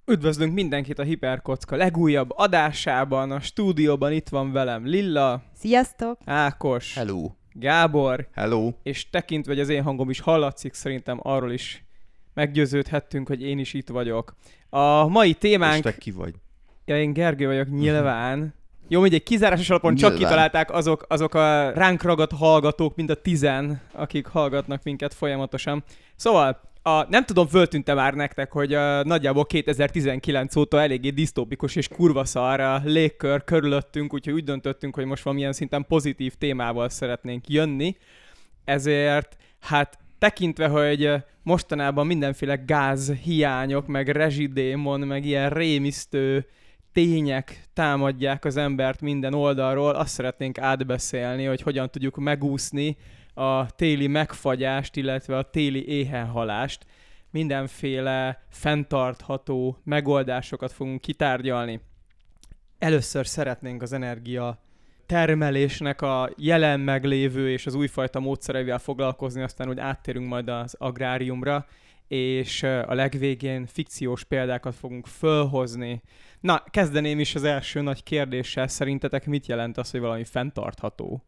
Üdvözlünk mindenkit a Hiperkocka legújabb adásában. A stúdióban itt van velem Lilla. Sziasztok! Ákos. Hello. Gábor. Hello. És tekintve, hogy az én hangom is hallatszik, szerintem arról is meggyőződhettünk, hogy én is itt vagyok. A mai témánk... És te ki vagy? Ja, én Gergő vagyok nyilván. Jó, mindegy, kizárásos alapon csak kitalálták azok a ránk ragadt hallgatók, mind a 10, akik hallgatnak minket folyamatosan. Szóval, nem tudom, föltűnte már nektek, hogy nagyjából 2019 óta eléggé disztópikus és kurva szar a légkör körülöttünk, úgyhogy úgy döntöttünk, hogy most valamilyen szinten pozitív témával szeretnénk jönni. Ezért, hát tekintve, hogy mostanában mindenféle gázhiányok, meg rezsidémon, meg ilyen rémisztő tények támadják az embert minden oldalról, azt szeretnénk átbeszélni, hogy hogyan tudjuk megúszni a téli megfagyást, illetve a téli éhenhalást. Mindenféle fenntartható megoldásokat fogunk kitárgyalni. Először szeretnénk az energia termelésnek a jelen meglévő és az újfajta módszereivel foglalkozni, aztán úgy áttérünk majd az agráriumra, és a legvégén fikciós példákat fogunk fölhozni. Na, kezdeném is az első nagy kérdéssel. Szerintetek mit jelent az, hogy valami fenntartható?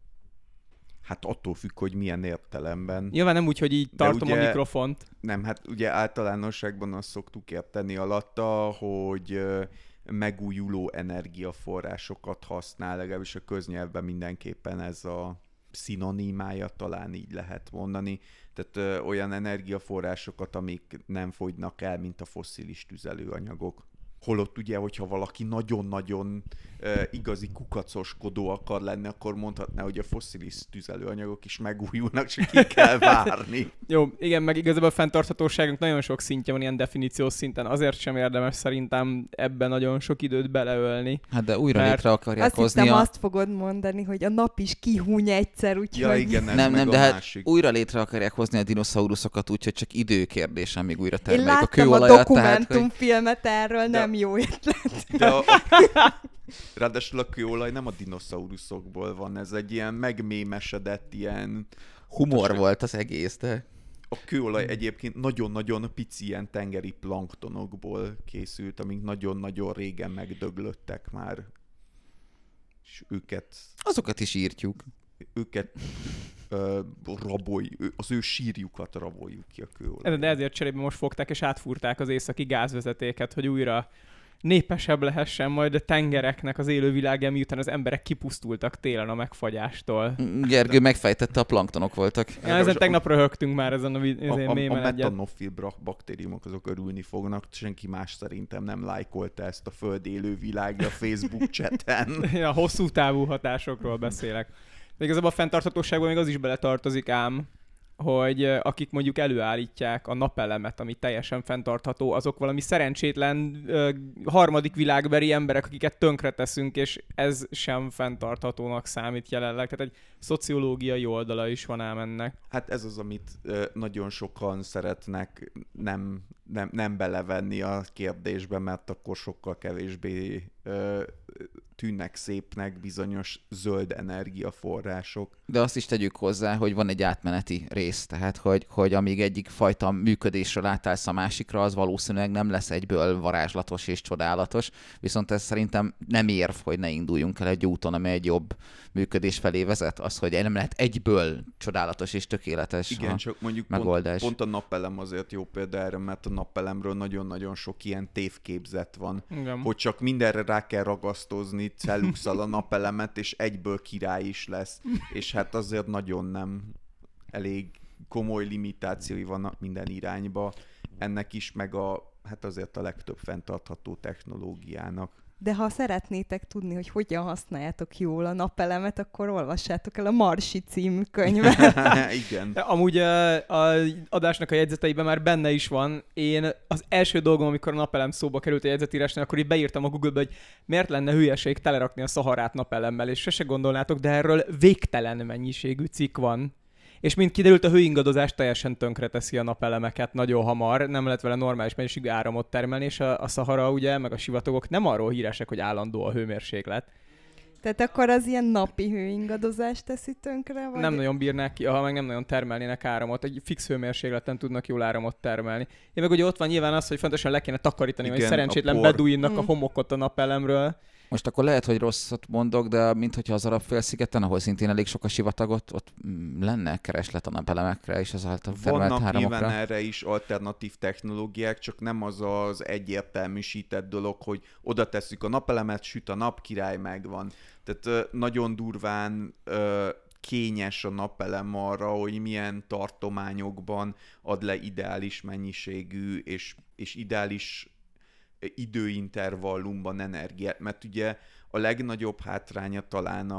Hát attól függ, hogy milyen értelemben. Nyilván nem úgy, hogy így tartom ugye, a mikrofont. Nem, hát ugye általánosságban azt szoktuk érteni alatta, hogy megújuló energiaforrásokat használ, legalábbis a köznyelvben mindenképpen ez a szinonimája, talán így lehet mondani. Tehát olyan energiaforrásokat, amik nem fogynak el, mint a fosszilis tüzelőanyagok. Holott ugye, hogyha valaki nagyon-nagyon igazi kukacoskodó akar lenni, akkor mondhatná, hogy a fosszilis tüzelőanyagok is megújulnak, csak ki kell várni. Jó, igen, meg igazából a fenntarthatóságnak nagyon sok szintje van ilyen definíciós szinten. Azért sem érdemes szerintem ebben nagyon sok időt beleölni. Hát de újra létre akarják azt hozni hittem, azt fogod mondani, hogy a nap is kihúny egyszer, úgyhogy... Ja, igen, ez nem, de hát másik. újra létre akarják hozni a dinoszauruszokat, úgyhogy csak időkérdés, amíg újra Én termelik a láttam a kőolajat. dokumentumfilmet erről, nem jó ötlet. De ráadásul a kőolaj nem a dinoszauruszokból van, ez egy ilyen megmémesedett ilyen... Humor volt az egész, de... A kőolaj egyébként nagyon-nagyon pici ilyen tengeri planktonokból készült, amik nagyon-nagyon régen megdöglöttek már. És Azokat is írtjuk. Őket az ő sírjukat raboljuk ki a kőolaj. De ezért cserébe most fogták és átfúrták az északi gázvezetéket, hogy újra népesebb lehessen majd a tengereknek az élővilágja, miután az emberek kipusztultak télen a megfagyástól. Gergő megfejtette, a planktonok voltak. Ja, ezen tegnap röhögtünk már ezen a mémen a egyet. metanofil baktériumok azok örülni fognak, senki más szerintem nem lájkolta ezt a föld élővilágja a Facebook chaten. Ja, hosszú távú hatásokról beszélek. De igazából a fenntarthatóságban még az is beletartozik ám, hogy akik mondjuk előállítják a napelemet, ami teljesen fenntartható, azok valami szerencsétlen harmadik világbeli emberek, akiket tönkreteszünk, és ez sem fenntarthatónak számít jelenleg. Tehát egy szociológiai oldala is van ám ennek. Hát ez az, amit nagyon sokan szeretnek nem belevenni a kérdésbe, mert akkor sokkal kevésbé tűnnek szépnek bizonyos zöld energiaforrások. De azt is tegyük hozzá, hogy van egy átmeneti rész, tehát hogy amíg egyik fajta működésről átállsz a másikra, az valószínűleg nem lesz egyből varázslatos és csodálatos, viszont ez szerintem nem érv, hogy ne induljunk el egy úton, ami egy jobb működés felé vezet, az, hogy nem lehet egyből csodálatos és tökéletes. Igen, csak mondjuk pont a napelem azért jó példa erre, mert a napelemről nagyon-nagyon sok ilyen tévképzet van, Igen. hogy csak mindenre rá kell ragasztozni celluxal a napelemet, és egyből király is lesz. És hát azért nagyon nem elég komoly limitációi vannak minden irányba. Ennek is, meg hát azért a legtöbb fenntartható technológiának. De ha szeretnétek tudni, hogy hogyan használjátok jól a napelemet, akkor olvassátok el a Marsi című könyvet. Igen. Amúgy az adásnak a jegyzeteiben már benne is van. Én az első dolgom, amikor a napelem szóba került a jegyzetírásnál, akkor így beírtam a Google-be, hogy miért lenne hülyeség telerakni a Szaharát napelemmel, és se gondolnátok, de erről végtelen mennyiségű cikk van. És mint kiderült, a hőingadozás teljesen tönkreteszi a napelemeket nagyon hamar, nem lehet vele normális mennyiségű áramot termelni, és a Szahara ugye, meg a sivatagok nem arról híresek, hogy állandó a hőmérséklet. Tehát akkor az ilyen napi hőingadozást teszi tönkre? Vagy? Nem nagyon bírnák ki, ha meg nem nagyon termelnének áramot. Egy fix hőmérsékleten tudnak jól áramot termelni. Én meg ugye ott van nyilván az, hogy fontosan le kéne takarítani, Igen, hogy szerencsétlen a por. bedújnak a homokot a napelemről. Most akkor lehet, hogy rosszat mondok, de minthogyha az Arab-félszigeten, ahol szintén elég sok a sivatagot, ott lenne kereslet a napelemekre és az által termelt Vannak áramokra. nyilván erre is alternatív technológiák, csak nem az az egyértelműsített dolog, hogy oda tesszük a napelemet, süt a nap, király, megvan. Tehát nagyon durván kényes a napelem arra, hogy milyen tartományokban ad le ideális mennyiségű és ideális időintervallumban energiát, mert ugye a legnagyobb hátránya talán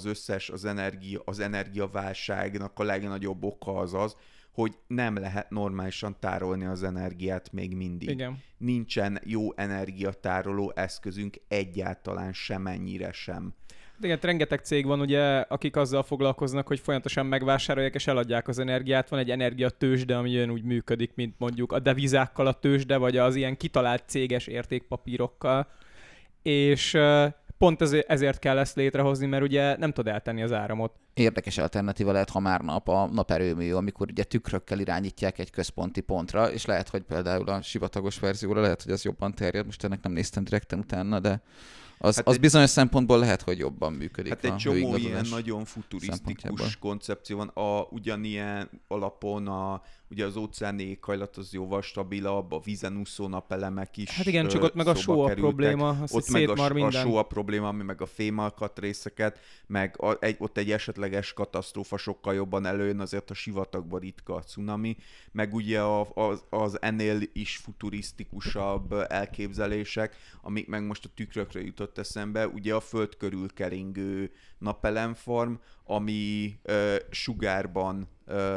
az energiaválságnak a legnagyobb oka az, hogy nem lehet normálisan tárolni az energiát még mindig. Igen. Nincsen jó energiatároló eszközünk egyáltalán semennyire sem. Igen, rengeteg cég van, ugye, akik azzal foglalkoznak, hogy folyamatosan megvásárolják és eladják az energiát. Van egy energiatőzsde, ami olyan úgy működik, mint mondjuk a devizákkal a tőzsde, vagy az ilyen kitalált céges értékpapírokkal. És pont ezért kell ezt létrehozni, mert ugye nem tud eltenni az áramot. Érdekes alternatíva lehet, ha már nap a naperőmű, amikor ugye tükrökkel irányítják egy központi pontra, és lehet, hogy például a sivatagos verzióra lehet, hogy az jobban terjed. Most ennek nem néztem direkten utána, de az bizonyos szempontból lehet, hogy jobban működik. Hát egy csomó ilyen nagyon futurisztikus koncepció van. Ugyanilyen alapon ugye az óceáni éghajlat az jóval stabilabb, a vízen úszó napelemek is. Hát igen, csak ott meg a só a probléma, ott meg a só a probléma, ami meg a fémalkatrészeket, meg ott egy esetleges katasztrófa sokkal jobban előjön, azért a sivatagban ritka a cunami, meg ugye az ennél is futurisztikusabb elképzelések, amik meg most a tükrökre jutott eszembe, ugye a föld körül keringő napelemfarm, ami sugárban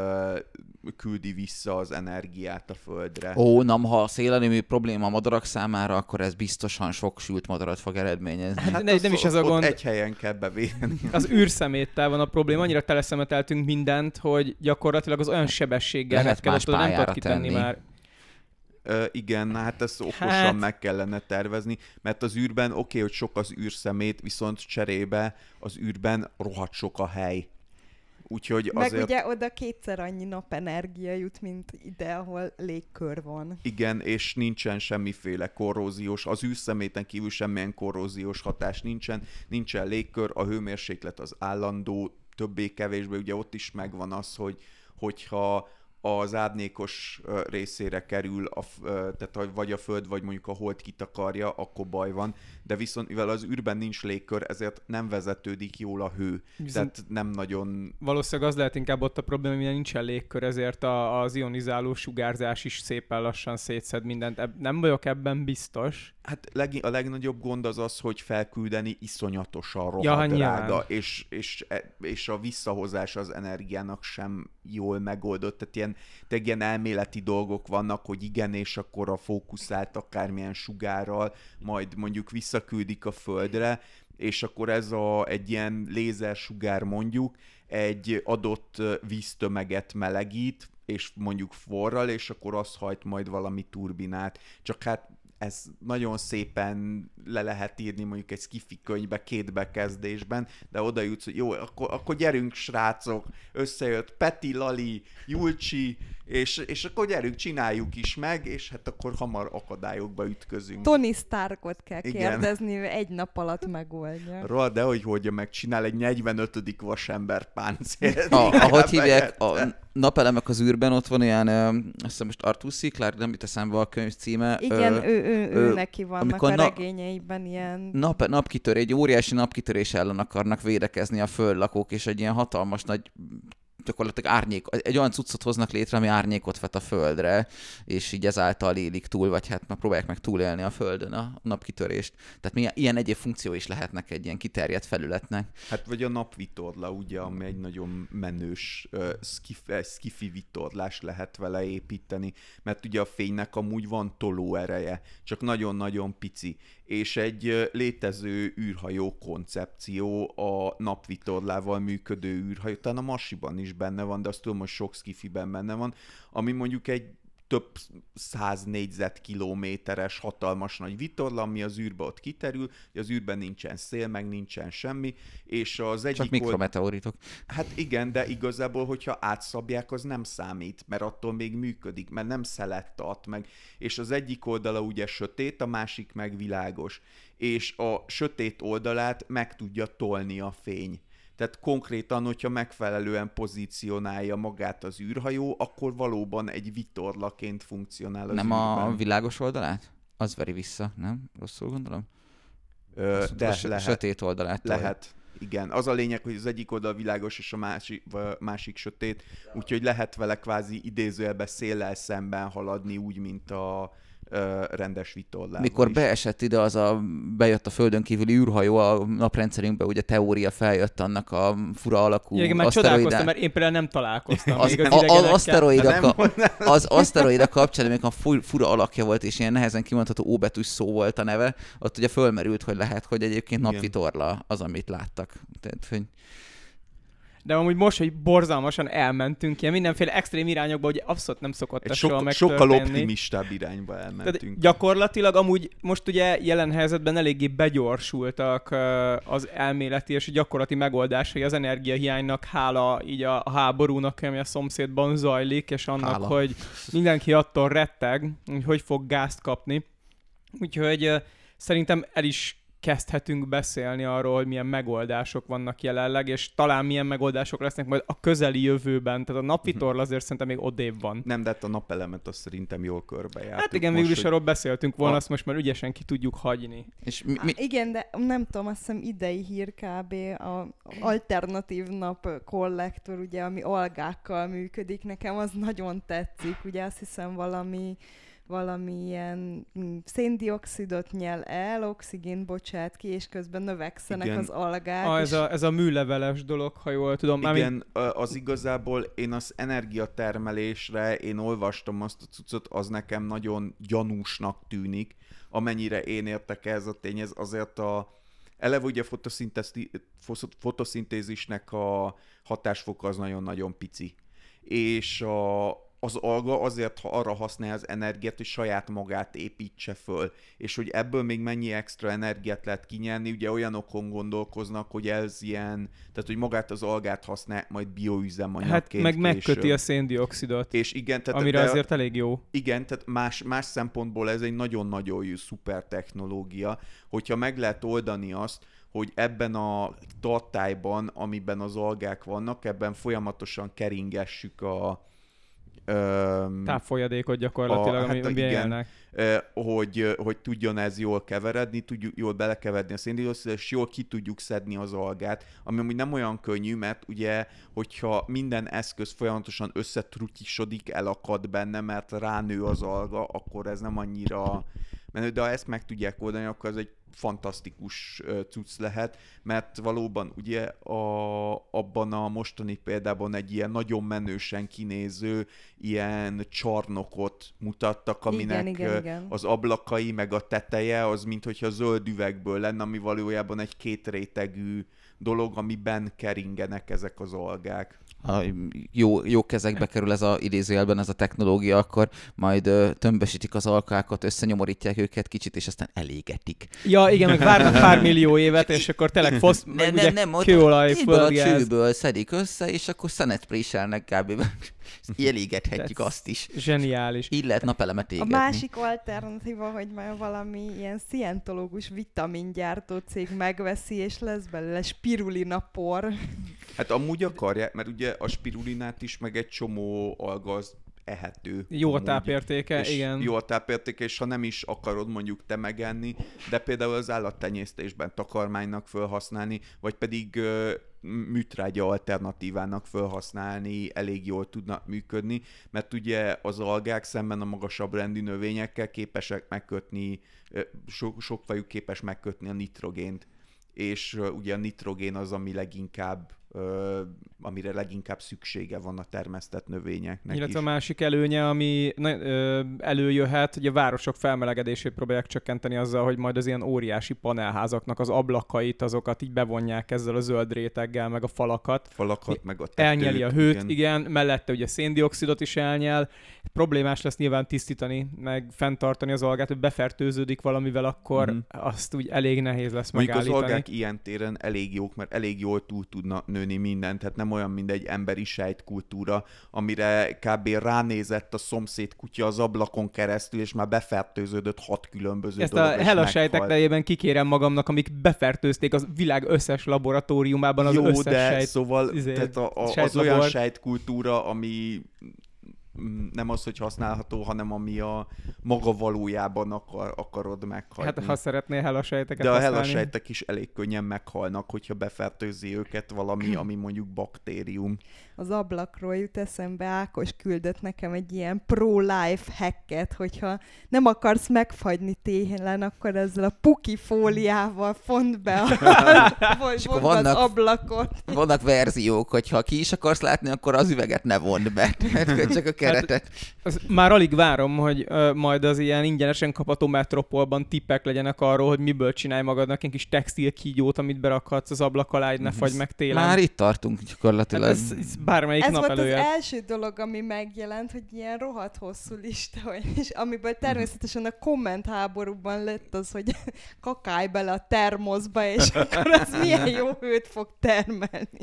küldi vissza az energiát a földre. Ha a szélerőmű probléma a madarak számára, akkor ez biztosan sok sült madarat fog eredményezni. Hát nem is ez a gond. Egy helyen kell bevédeni. Az űrszeméttel van a probléma, annyira teleszemeteltünk mindent, hogy gyakorlatilag az olyan sebességgel lehet más nem tudod pályára kitenni tenni. már. Igen, hát ezt okosan meg kellene tervezni, mert az űrben oké, hogy sok az űrszemét, viszont cserébe az űrben rohadt sok a hely. Úgyhogy meg azért... ugye oda kétszer annyi napenergia jut, mint ide, ahol légkör van. Igen, és nincsen semmiféle korróziós, az űrszeméten kívül semmilyen korróziós hatás nincsen légkör, a hőmérséklet az állandó, többé-kevésbé, ugye ott is megvan az, hogyha az árnyékos részére kerül, tehát vagy a Föld, vagy mondjuk a Hold kitakarja, akkor baj van, de viszont mivel az űrben nincs légkör, ezért nem vezetődik jól a hő. Viszont tehát nem nagyon... Valószínűleg az lehet inkább ott a probléma, hogy nincsen légkör, ezért az ionizáló sugárzás is szépen lassan szétszed mindent. Nem vagyok ebben biztos. Hát a legnagyobb gond az, hogy felküldeni iszonyatosan rohadt drága, és a visszahozás az energiának sem jól megoldott. Tehát ilyen elméleti dolgok vannak, hogy igen, és akkor a fókuszált akármilyen sugárral majd mondjuk visszaküldik a Földre, és akkor ez egy ilyen lézersugár mondjuk egy adott víztömeget melegít, és mondjuk forral, és akkor az hajt majd valami turbinát. Csak hát ez nagyon szépen le lehet írni mondjuk egy sci-fi könyvbe 2 bekezdésben, de oda jutsz, hogy jó, akkor gyerünk srácok, összejött Peti, Lali, Julcsi, és akkor gyerünk, csináljuk is meg, és hát akkor hamar akadályokba ütközünk. Tony Starkot kell kérdezni, egy nap alatt megoldja. Róla, de hogy meg csinál egy 45. vasember páncélt. Ahogy hívják, a napelemek az űrben, ott van ilyen, azt hiszem most Arthur C. Clarke, nem jut eszembe a könyv címe. Igen, ő neki vannak a regényeiben ilyen... Napkitörés, egy óriási napkitörés ellen akarnak védekezni a földlakók, és egy ilyen hatalmas nagy gyakorlatilag egy olyan cuccot hoznak létre, ami árnyékot vet a földre, és így ezáltal élik túl, vagy hát próbálják meg túlélni a földön a napkitörést. Tehát ilyen egyéb funkció is lehetnek egy ilyen kiterjedt felületnek. Hát vagy a napvitorla, ugye, ami egy nagyon menős skifi vitorlás lehet vele építeni, mert ugye a fénynek amúgy van tolóereje, csak nagyon-nagyon pici. És egy létező űrhajó koncepció a napvitorlával működő űrhajó, talán a Marsiban is benne van, de azt tudom, hogy sok skifiben benne van, ami mondjuk egy több 100 négyzetkilométeres hatalmas nagy vitorla, ami az űrbe ott kiterül, az űrben nincsen szél, meg nincsen semmi, és az egyik... Csak mikrometeoritok. Hát igen, de igazából, hogyha átszabják, az nem számít, mert attól még működik, mert nem szelet tart meg, és az egyik oldala ugye sötét, a másik meg világos, és a sötét oldalát meg tudja tolni a fény. Tehát konkrétan, hogyha megfelelően pozícionálja magát az űrhajó, akkor valóban egy vitorlaként funkcionál az Nem űrben. a világos oldalát? Az veri vissza, nem? Rosszul gondolom? De a sötét oldalát. Lehet. Igen. Az a lényeg, hogy az egyik oldal világos, és a másik sötét, úgyhogy lehet vele kvázi idézőjelben széllel szemben haladni, úgy, mint a rendes vitorlával. Mikor beesett ide, bejött a földön kívüli űrhajó a naprendszerünkbe, ugye teória feljött annak a fura alakú igen, már csodálkoztam, mert én például nem találkoztam még az aszteroida kapcsán, amikor fura alakja volt, és ilyen nehezen kimondható óbetűs szó volt a neve, ott ugye fölmerült, hogy lehet, hogy egyébként napvitorla az, amit láttak. Tehát, hogy... De amúgy most, hogy borzalmasan elmentünk ilyen mindenféle extrém irányokba, hogy abszolút nem szokott ez soha megtörténni. Sokkal optimistább irányba elmentünk. Tehát gyakorlatilag amúgy most ugye jelen helyzetben eléggé begyorsultak az elméleti és gyakorlati megoldásai az energiahiánynak, hála így a háborúnak, ami a szomszédban zajlik, és annak, hogy mindenki attól retteg, hogy fog gázt kapni. Úgyhogy szerintem el is kezdhetünk beszélni arról, hogy milyen megoldások vannak jelenleg, és talán milyen megoldások lesznek majd a közeli jövőben. Tehát a napvitorla azért szerintem még odébb van. Nem, de hát a napelemet azt szerintem jól körbejártuk. Hát igen, végül is arról beszéltünk volna, azt most már ügyesen ki tudjuk hagyni. És igen, de nem tudom, azt hiszem idei hír kb. A alternatív nap kollektor, ugye, ami algákkal működik, nekem az nagyon tetszik. Ugye azt hiszem valami ilyen széndioxidot nyel el, oxigént bocsát ki, és közben növekszenek igen. az algák. Ez a műleveles dolog, ha jól tudom. Igen, az igazából én az energiatermelésre, én olvastam azt a cuccot, az nekem nagyon gyanúsnak tűnik, amennyire én értek ez a tényez, azért eleve ugye fotoszintézisnek a hatásfoka az nagyon-nagyon pici. És az alga azért arra használja az energiát, hogy saját magát építse föl. És hogy ebből még mennyi extra energiát lehet kinyerni, ugye olyanokon gondolkoznak, hogy ez ilyen, tehát hogy magát az algát használ majd bioüzemanyagként. Hát meg megköti a széndioxidot, és igen, tehát amire azért elég jó. Igen, tehát más szempontból ez egy nagyon-nagyon jó szuper technológia, hogyha meg lehet oldani azt, hogy ebben a tartályban, amiben az algák vannak, ebben folyamatosan keringessük a távfolyadékot gyakorlatilag, amiben élnek. Hogy tudjon ez jól keveredni, tudjuk jól belekeverni a széndioxidot, és jól ki tudjuk szedni az algát, ami amúgy nem olyan könnyű, mert ugye, hogyha minden eszköz folyamatosan összetrutyisodik, elakad benne, mert ránő az alga, akkor ez nem annyira menő, de ha ezt meg tudják oldani, akkor ez egy fantasztikus cucc lehet, mert valóban ugye abban a mostani példában egy ilyen nagyon menősen kinéző ilyen csarnokot mutattak, aminek igen. az ablakai meg a teteje az minthogyha zöld üvegből lenne, ami valójában egy kétrétegű dolog, amiben keringenek ezek az algák. Ha jó kezekbe kerül ez a idézőjelben ez a technológia, akkor majd tömbösítik az alkákat, összenyomorítják őket kicsit, és aztán elégetik. Ja, igen, meg várnak pár millió évet, és akkor tényleg nem, kőolaj, földgáz. A csőből szedik össze, és akkor szenet préselnek kb. Elégethetjük azt is. Zseniális. Így lehet napelemet égetni. A másik alternatíva, hogy már valami ilyen szientológus vitamingyártó cég megveszi, és lesz belőle spirulina por. Hát amúgy akarják, mert ugye a spirulinát is, meg egy csomó alga az ehető. Jó a tápértéke, igen. Jó a tápértéke, és ha nem is akarod mondjuk te megenni, de például az állattenyésztésben takarmánynak felhasználni, vagy pedig műtrágya alternatívának felhasználni elég jól tudnak működni, mert ugye az algák szemben a magasabb rendű növényekkel képesek megkötni, sok fajuk képes megkötni a nitrogént, és ugye a nitrogén az, ami leginkább amire leginkább szüksége van a termesztett növényeknek Illetve is. a másik előnye, ami előjöhet, hogy a városok felmelegedését próbálják csökkenteni azzal, hogy majd az ilyen óriási panelházaknak az ablakait, azokat így bevonják ezzel a zöld réteggel, meg a falakat. Meg a tetőt. Elnyeli a hőt, igen, mellette ugye széndioxidot is elnyel. Problémás lesz nyilván tisztítani, meg fenntartani az algát, hogy befertőződik valamivel, akkor azt úgy elég nehéz lesz Mondjuk megállítani. az algák ilyen téren elég jók, mert elég jól túl tudnak nőni mindent, tehát nem olyan, mint egy emberi sejtkultúra, amire kb. Ránézett a szomszéd kutya az ablakon keresztül, és már befertőződött 6 különböző Ezt dolog, a és Hella meghalt. sejtek nejében kikérem magamnak, amik befertőzték az világ összes laboratóriumában az Jó, összes de sejt. szóval tehát az sejtlabor. olyan sejtkultúra, ami nem az, hogy használható, hanem ami a maga valójában akarod meghagyni. Hát ha szeretnél Hella sejteket de a használni. Hella sejtek is elég könnyen meghalnak, hogyha befertőzi őket valami, ami mondjuk baktérium. Az ablakról jut eszembe, Ákos küldött nekem egy ilyen pro-life hacket, hogyha nem akarsz megfagyni télen, akkor ezzel a puki fóliával font be az ablakot. Vannak verziók, hogyha ki is akarsz látni, akkor az üveget ne vond be, tehát csak a keretet. Már alig várom, hogy majd az ilyen ingyenesen kapható Metropolban tippek legyenek arról, hogy miből csinálj magadnak egy kis textilkígyót, amit berakhatsz az ablak alá, hogy ne fagy meg télen. Már itt tartunk gyakorlatilag. Hát ez bármelyik ez nap volt előjött. az első dolog, ami megjelent, hogy ilyen rohadt hosszú lista, és amiből természetesen a kommentháborúban lett az, hogy kakálj bele a termoszba, és akkor az milyen jó hőt fog termelni.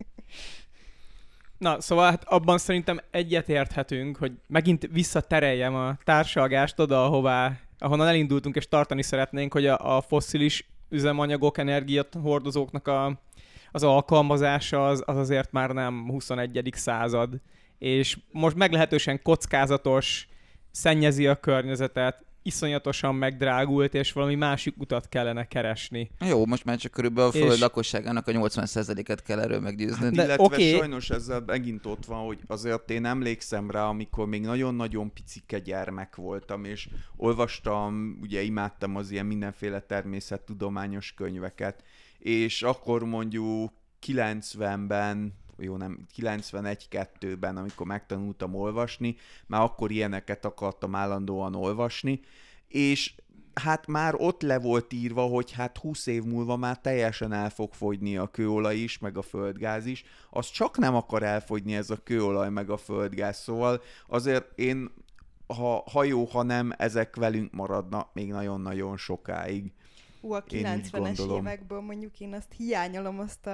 Na, szóval hát abban szerintem egyetérthetünk, hogy megint visszatereljem a társalgást oda, ahonnan elindultunk, és tartani szeretnénk, hogy a fosszilis üzemanyagok, energiahordozóknak az alkalmazása az azért már nem 21. század, és most meglehetősen kockázatos, szennyezi a környezetet, iszonyatosan megdrágult, és valami másik utat kellene keresni. Jó, most már csak körülbelül a föld lakosságának a 80%-et kell erről meggyőzni. De Illetve oké. sajnos ezzel megint ott van, hogy azért én emlékszem rá, amikor még nagyon-nagyon picike gyermek voltam, és olvastam, ugye imádtam az ilyen mindenféle természettudományos könyveket, és akkor mondjuk 90-ben, 91-2-ben, amikor megtanultam olvasni, már akkor ilyeneket akartam állandóan olvasni, és hát már ott le volt írva, hogy hát 20 év múlva már teljesen el fog fogyni a kőolaj is, meg a földgáz is. Az csak nem akar elfogyni ez a kőolaj, meg a földgáz. Szóval azért én, ha jó, ha nem, ezek velünk maradnak még nagyon-nagyon sokáig. A Én úgy 90-es gondolom. évekből mondjuk én azt hiányolom,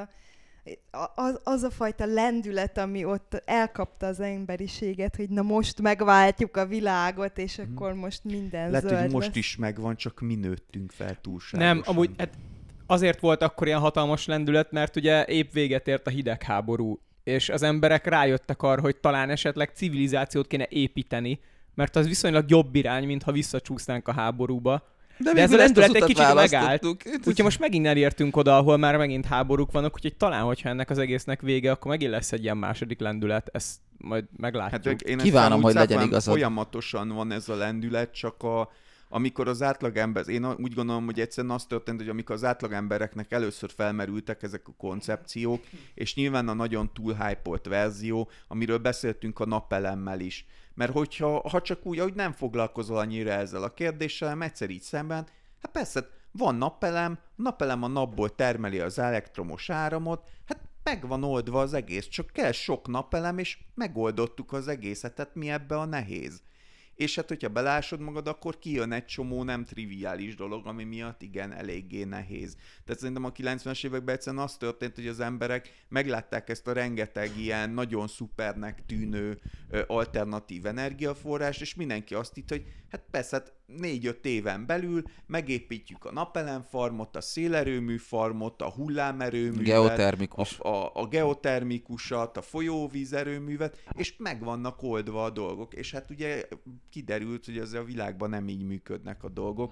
az a fajta lendület, ami ott elkapta az emberiséget, hogy na most megváltjuk a világot, és akkor most minden Lehet, zöld hogy most lesz. is megvan, csak mi nőttünk fel túlságosan. Nem, amúgy azért volt akkor ilyen hatalmas lendület, mert ugye épp véget ért a hidegháború, és az emberek rájöttek arra, hogy talán esetleg civilizációt kéne építeni, mert az viszonylag jobb irány, mint ha visszacsúsznánk a háborúba. De ez a lendület egy kicsit megállt. Úgyhogy most megint elértünk oda, ahol már megint háborúk vannak, úgyhogy talán, hogyha ennek az egésznek vége, akkor megint lesz egy ilyen második lendület, ezt majd meglátjuk. Hát én Kívánom, hogy legyen igazad. igazad. Folyamatosan van ez a lendület, csak amikor az átlagember, én úgy gondolom, hogy egyszerűen az történt, hogy amikor az átlagembereknek először felmerültek ezek a koncepciók, és nyilván a nagyon túlhypolt verzió, amiről beszéltünk a napelemmel is. Mert ha csak úgy, ahogy nem foglalkozol annyira ezzel a kérdéssel, hanem egyszer így szemben, hát persze, van napelem a napból termeli az elektromos áramot, hát meg van oldva az egész, csak kell sok napelem, és megoldottuk az egészet, tehát mi ebbe a nehéz. És hát, hogyha belásod magad, akkor kijön egy csomó nem triviális dolog, ami miatt igen, eléggé nehéz. Tehát szerintem a 90-es években egyszerűen az történt, hogy az emberek meglátták ezt a rengeteg ilyen nagyon szupernek tűnő alternatív energiaforrást, és mindenki azt hitt, hogy hát persze, hát 4-5 éven belül megépítjük a napelemfarmot, a szélerőműfarmot, a hullámerőművet, Geotermikus. a geotermikusat, a folyóvízerőművet, és meg vannak oldva a dolgok. És hát ugye kiderült, hogy az a világban nem így működnek a dolgok.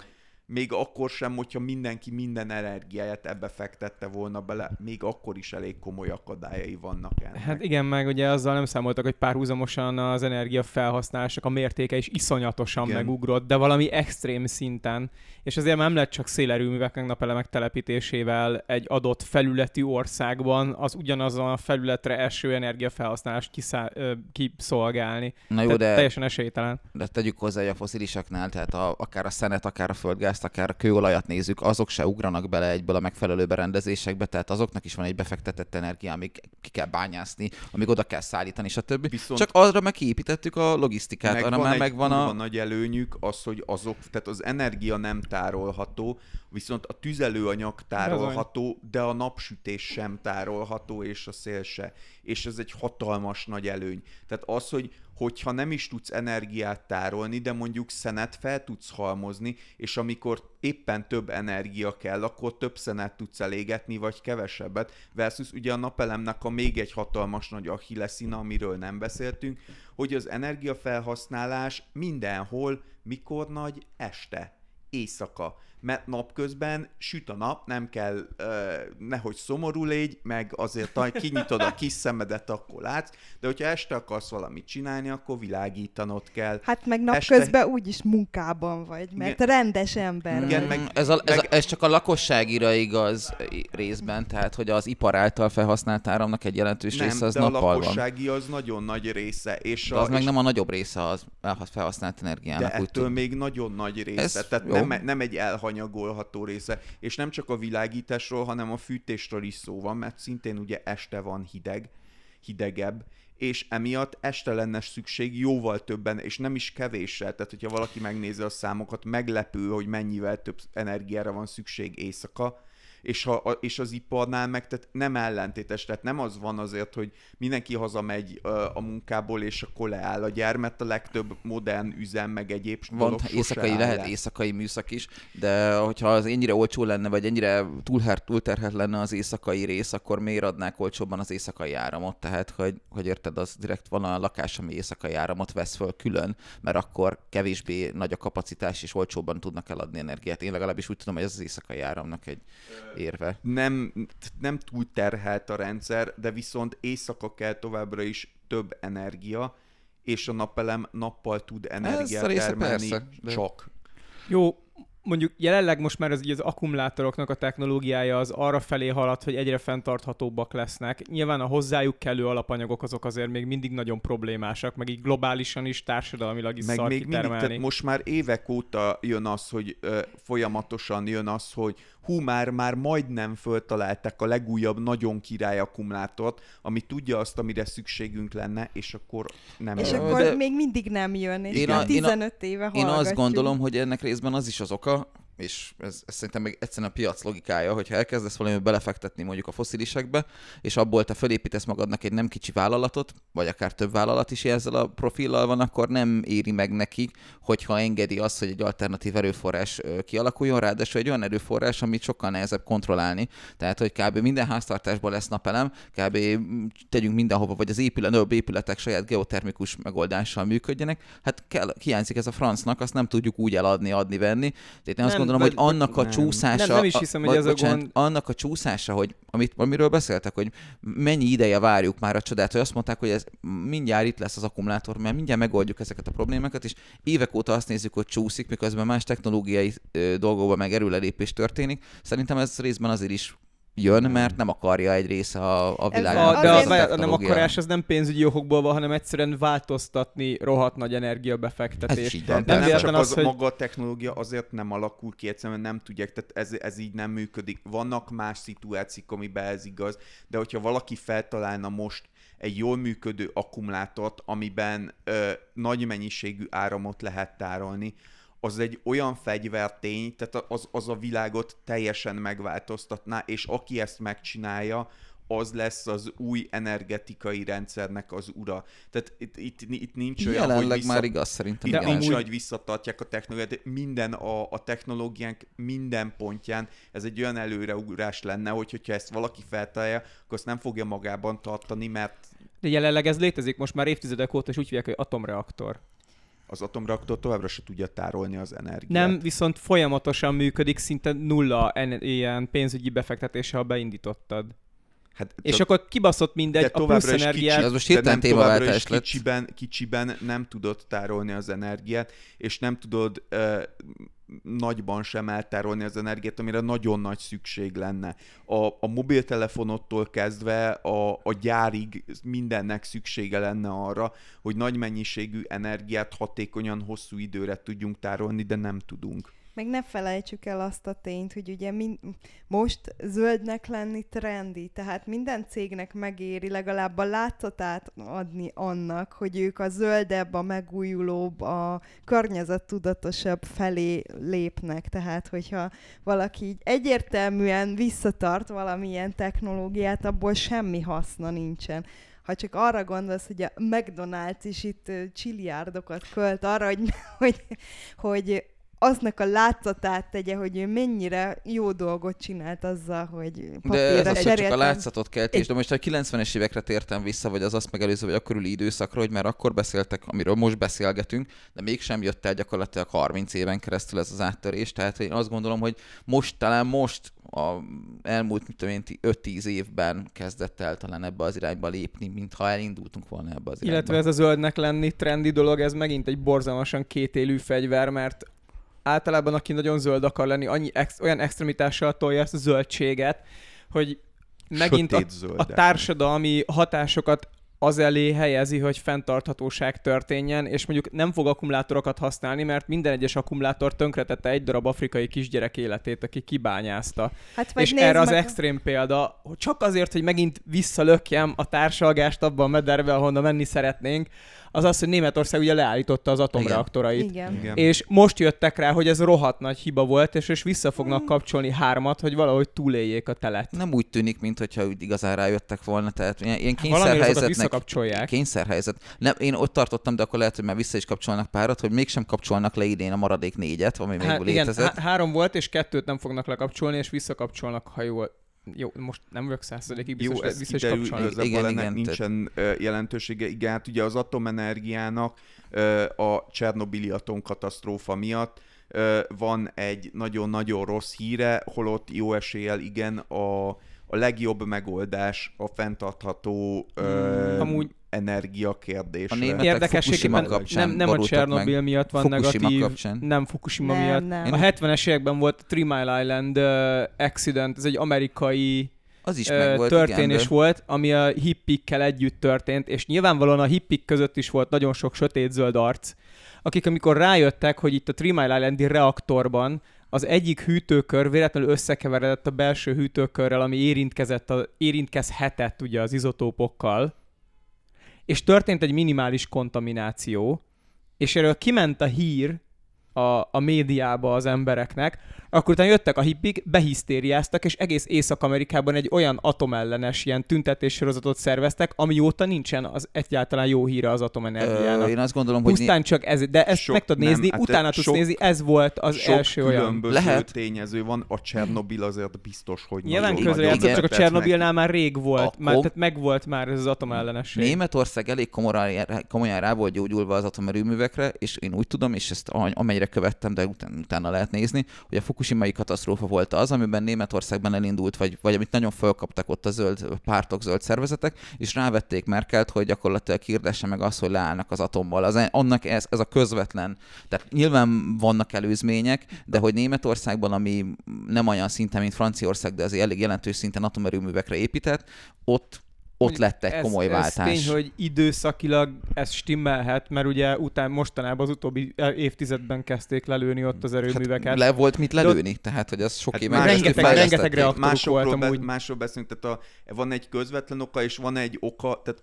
még akkor sem, hogyha mindenki minden energiáját ebbe fektette volna bele, még akkor is elég komoly akadályai vannak ennek. Hát igen, meg ugye azzal nem számoltak, hogy párhuzamosan az energiafelhasználásnak a mértéke is iszonyatosan megugrott, de valami extrém szinten. És azért már nem lehet csak szélerőművek meg napelemek telepítésével egy adott felületű országban az ugyanazon a felületre eső energiafelhasználást kiszolgálni. Na jó, tehát de teljesen esélytelen. De tegyük hozzá, hogy a fosszilisaknál, tehát akár a szenet, akár a földgázt, akár a kőolajat nézzük, azok se ugranak bele egyből a megfelelő berendezésekbe, tehát azoknak is van egy befektetett energia, amíg ki kell bányászni, amíg oda kell szállítani, stb. Viszont csak arra meg kiépítettük a logisztikát, arra már megvan a... nagy előnyük az, hogy azok, tehát az energia nem tárolható, viszont a tüzelőanyag tárolható, de a napsütés sem tárolható, és a szél se. És ez egy hatalmas nagy előny. Tehát az, hogyha nem is tudsz energiát tárolni, de mondjuk szenet fel tudsz halmozni, és amikor éppen több energia kell, akkor több szenet tudsz elégetni, vagy kevesebbet, versus ugye a napelemnek a még egy hatalmas nagy achilleszína, amiről nem beszéltünk, hogy az energiafelhasználás mindenhol mikor nagy? Este, éjszaka. Mert napközben süt a nap, nem kell, nehogy szomorú légy, meg azért kinyitod a kis szemedet, akkor látsz, de hogyha este akarsz valamit csinálni, akkor világítanod kell. Hát meg napközben úgyis munkában vagy, mert rendes ember. Igen, ez csak a lakosságira igaz részben, tehát hogy az ipar által felhasznált áramnak egy jelentős része az nappal van. a lakossági az nagyon nagy része. És de az meg nem a nagyobb része az felhasznált energiának. De ettől még nagyon nagy része, tehát nem egy elhanyagolható része. És nem csak a világításról, hanem a fűtésről is szó van, mert szintén ugye este van hidegebb, és emiatt este lenne szükség jóval többen, és nem is kevéssel. Tehát, hogyha valaki megnézi a számokat, meglepő, hogy mennyivel több energiára van szükség éjszaka, és az iparnál meg tehát nem ellentétes, tehát nem az van azért, hogy mindenki hazamegy a munkából, és akkor leáll a gyár, mert a legtöbb modern üzem, meg egyéb dolog lehet éjszakai műszak is, de hogyha az ennyire olcsó lenne, vagy ennyire túlterhelt lenne az éjszakai rész, akkor miért adnák olcsóbban az éjszakai áramot? Tehát, hogy érted, az direkt van a lakás, ami éjszakai áramot vesz föl külön, mert akkor kevésbé nagy a kapacitás, és olcsóbban tudnak eladni energiát. Én legalábbis úgy tudom, hogy ez az éjszakai áramnak egy érve. Nem túl terhelt a rendszer, de viszont éjszaka kell továbbra is több energia, és a napelem nappal tud energiát termelni, csak. Jó, mondjuk jelenleg most már az akkumulátoroknak a technológiája az arra felé halad, hogy egyre fenntarthatóbbak lesznek. Nyilván a hozzájuk kellő alapanyagok azok azért még mindig nagyon problémásak, meg így globálisan is, társadalmilag is szar kitermelni. Tehát most már évek óta jön az, hogy folyamatosan jön az, hogy már majdnem föltalálták a legújabb nagyon király akkumulátort, ami tudja azt, amire szükségünk lenne, és akkor nem és jön. akkor még mindig nem jön, és 15 éve hallgatjuk. Én azt gondolom, hogy ennek részben az is az oka, és ez szerintem meg egyszerűen a piac logikája, hogyha elkezdesz valami belefektetni mondjuk a fosszilisekbe, és abból te fölépítesz magadnak egy nem kicsi vállalatot, vagy akár több vállalat is ezzel a profillal van, akkor nem éri meg nekik, hogyha engedi azt, hogy egy alternatív erőforrás kialakuljon, ráadásul egy olyan erőforrás, amit sokkal nehezebb kontrollálni. Tehát, hogy kb. Minden háztartásban lesz napelem, kb. Tegyünk mindenhova, vagy az épületek saját geotermikus megoldással működjenek. Hát hiányzik ez a francnak, azt nem tudjuk úgy eladni, adni-venni. Tehát én azt gondolom, hogy annak a csúszása... Nem is hiszem, hogy ez a gond... Annak a csúszása, hogy amiről beszéltek, hogy mennyi ideje várjuk már a csodát, hogy azt mondták, hogy ez mindjárt itt lesz az akkumulátor, mert mindjárt megoldjuk ezeket a problémákat, és évek óta azt nézzük, hogy csúszik, miközben más technológiai dolgokban meg erőlelépés történik. Szerintem ez részben azért is jön, mert nem akarja egy része a világnak. De a nem akarás az nem pénzügyi okokból van, hanem egyszerűen változtatni rohadt nagy energiabefektetés. Nem csak az maga a technológia azért nem alakul ki, egyszerűen nem tudják, tehát ez így nem működik. Vannak más szituációk, amiben ez igaz, de hogyha valaki feltalálna most egy jól működő akkumulátort, amiben nagy mennyiségű áramot lehet tárolni, az egy olyan fegyvertény, tehát az a világot teljesen megváltoztatná, és aki ezt megcsinálja, az lesz az új energetikai rendszernek az ura. Tehát itt nincs olyan, jelenleg hogy már igaz szerintem. Itt nincs olyan, hogy visszatartják a technológiát. Minden a technológiánk minden pontján ez egy olyan előreugrás lenne, hogyha ezt valaki feltalálja, akkor azt nem fogja magában tartani, mert... De jelenleg ez létezik most már évtizedek óta, és úgy hívják, hogy atomreaktor. Az atomreaktor továbbra se tudja tárolni az energiát. Nem, viszont folyamatosan működik, szinte nulla ilyen pénzügyi befektetése, ha beindítottad. Hát És akkor kibaszott mindegy, a plusz energiát. Ez most hirtelen témaváltás lett. Kicsiben nem tudod tárolni az energiát, és nem tudod nagyban sem eltárolni az energiát, amire nagyon nagy szükség lenne. A mobiltelefonottól kezdve a gyárig mindennek szüksége lenne arra, hogy nagy mennyiségű energiát hatékonyan hosszú időre tudjunk tárolni, de nem tudunk. Meg ne felejtsük el azt a tényt, hogy ugye most zöldnek lenni trendi, tehát minden cégnek megéri legalább a látszatát adni annak, hogy ők a zöldebb, a megújulóbb, a környezettudatosabb felé lépnek. Tehát, hogyha valaki így egyértelműen visszatart valamilyen technológiát, abból semmi haszna nincsen. Ha csak arra gondolsz, hogy a McDonald's is itt csilliárdokat költ arra, hogy aznak a látszatát tegye, hogy ő mennyire jó dolgot csinált azzal, hogy papírra de ez cseréltem. csak a látszatot keltés, de most a 90-es évekre tértem vissza, vagy az azt megelőző, vagy a körüli időszakra, hogy már akkor beszéltek, amiről most beszélgetünk, de mégsem jött el gyakorlatilag 30 éven keresztül ez az áttörés, tehát én azt gondolom, hogy talán most a elmúlt 5-10 évben kezdett el talán ebbe az irányba lépni, mintha elindultunk volna ebbe az irányba. Illetve ez a zöldnek lenni trendi dolog, ez megint egy borzalmasan kétélű fegyver, mert általában aki nagyon zöld akar lenni, olyan extremitással tolja ezt a zöldséget, hogy megint a társadalmi hatásokat az elé helyezi, hogy fenntarthatóság történjen, és mondjuk nem fog akkumulátorokat használni, mert minden egyes akkumulátor tönkretette egy darab afrikai kisgyerek életét, aki kibányázta. Hát, és erre az extrém példa, hogy csak azért, hogy megint visszalökjem a társalgást abba a mederbe, ahonnan menni szeretnénk, az, hogy Németország ugye leállította az atomreaktorait. Igen. És most jöttek rá, hogy ez rohadt nagy hiba volt, és vissza fognak kapcsolni 3-at, hogy valahogy túléljék a telet. Nem úgy tűnik, mintha úgy igazán rájöttek volna, tehát ilyen kényszerhelyzetnek. Kényszerhelyzet. Nem, én ott tartottam, de akkor lehet, hogy már vissza is kapcsolnak párat, hogy mégsem kapcsolnak le idén a maradék 4-et, ami még létezett. Igen, 3 volt, és 2-t nem fognak lekapcsolni, és visszakapcsolnak, ha jól. Jó, most nem vagyok 100%-ig biztos, hogy vissza is kapcsolnak. Igen, nincsen jelentősége. Igen, hát ugye az atomenergiának a Csernobili atomkatasztrófa miatt van egy nagyon-nagyon rossz híre, holott jó eséllyel igen a legjobb megoldás a fenntartható energia kérdésre. Érdekességében nem a Csernobil miatt van negatív, nem Fukushima miatt. Nem. A 70-es években volt a 3 Mile Island accident, ez egy amerikai az is történés volt, ami a hippikkel együtt történt, és nyilvánvalóan a hippik között is volt nagyon sok sötét-zöld arc, akik amikor rájöttek, hogy itt a 3 Mile Islandi reaktorban az egyik hűtőkör véletlenül összekeveredett a belső hűtőkörrel, ami érintkezhetett ugye az izotópokkal, és történt egy minimális kontamináció, és erről kiment a hír a médiába az embereknek, akkor utána jöttek a hippik, behisztériáztak, és egész Észak-Amerikában egy olyan atomellenes ilyen tüntetéssorozatot szerveztek, amióta nincsen az egyáltalán jó híre az atomenergiának. Én azt gondolom, pusztán csak ez, de ezt meg tudod nézni, utána tudsz nézni, ez volt az első olyan. Lehet. Tényező van, a Csernobil azért biztos, hogy nyilván közrejátszott, csak a Csernobilnál már rég volt, tehát megvolt már ez az atomellenesség. Németország elég komolyan rá volt gyógyulva az atomerőművekre, és én úgy tudom, és ezt amennyire követtem, de utána lehet nézni, hogy a Fukushimai katasztrófa volt az, amiben Németországban elindult, vagy amit nagyon felkaptak ott a zöld pártok, zöld szervezetek, és rávették Merkelt, hogy gyakorlatilag hirdesse meg azt, hogy leállnak az atommal. Annak ez a közvetlen. Tehát nyilván vannak előzmények, de hogy Németországban, ami nem olyan szinten, mint Franciaország, de azért elég jelentős szinten atomerőművekre épített, ott lett egy komoly váltás. Ez tény, hogy időszakilag ez stimmelhet, mert ugye mostanában az utóbbi évtizedben kezdték lelőni ott az erőműveket. Hát volt mit lelőni, tehát hogy az sok éven rengeteg reaktoruk volt amúgy. Másról beszélünk, tehát van egy közvetlen oka, és van egy oka, tehát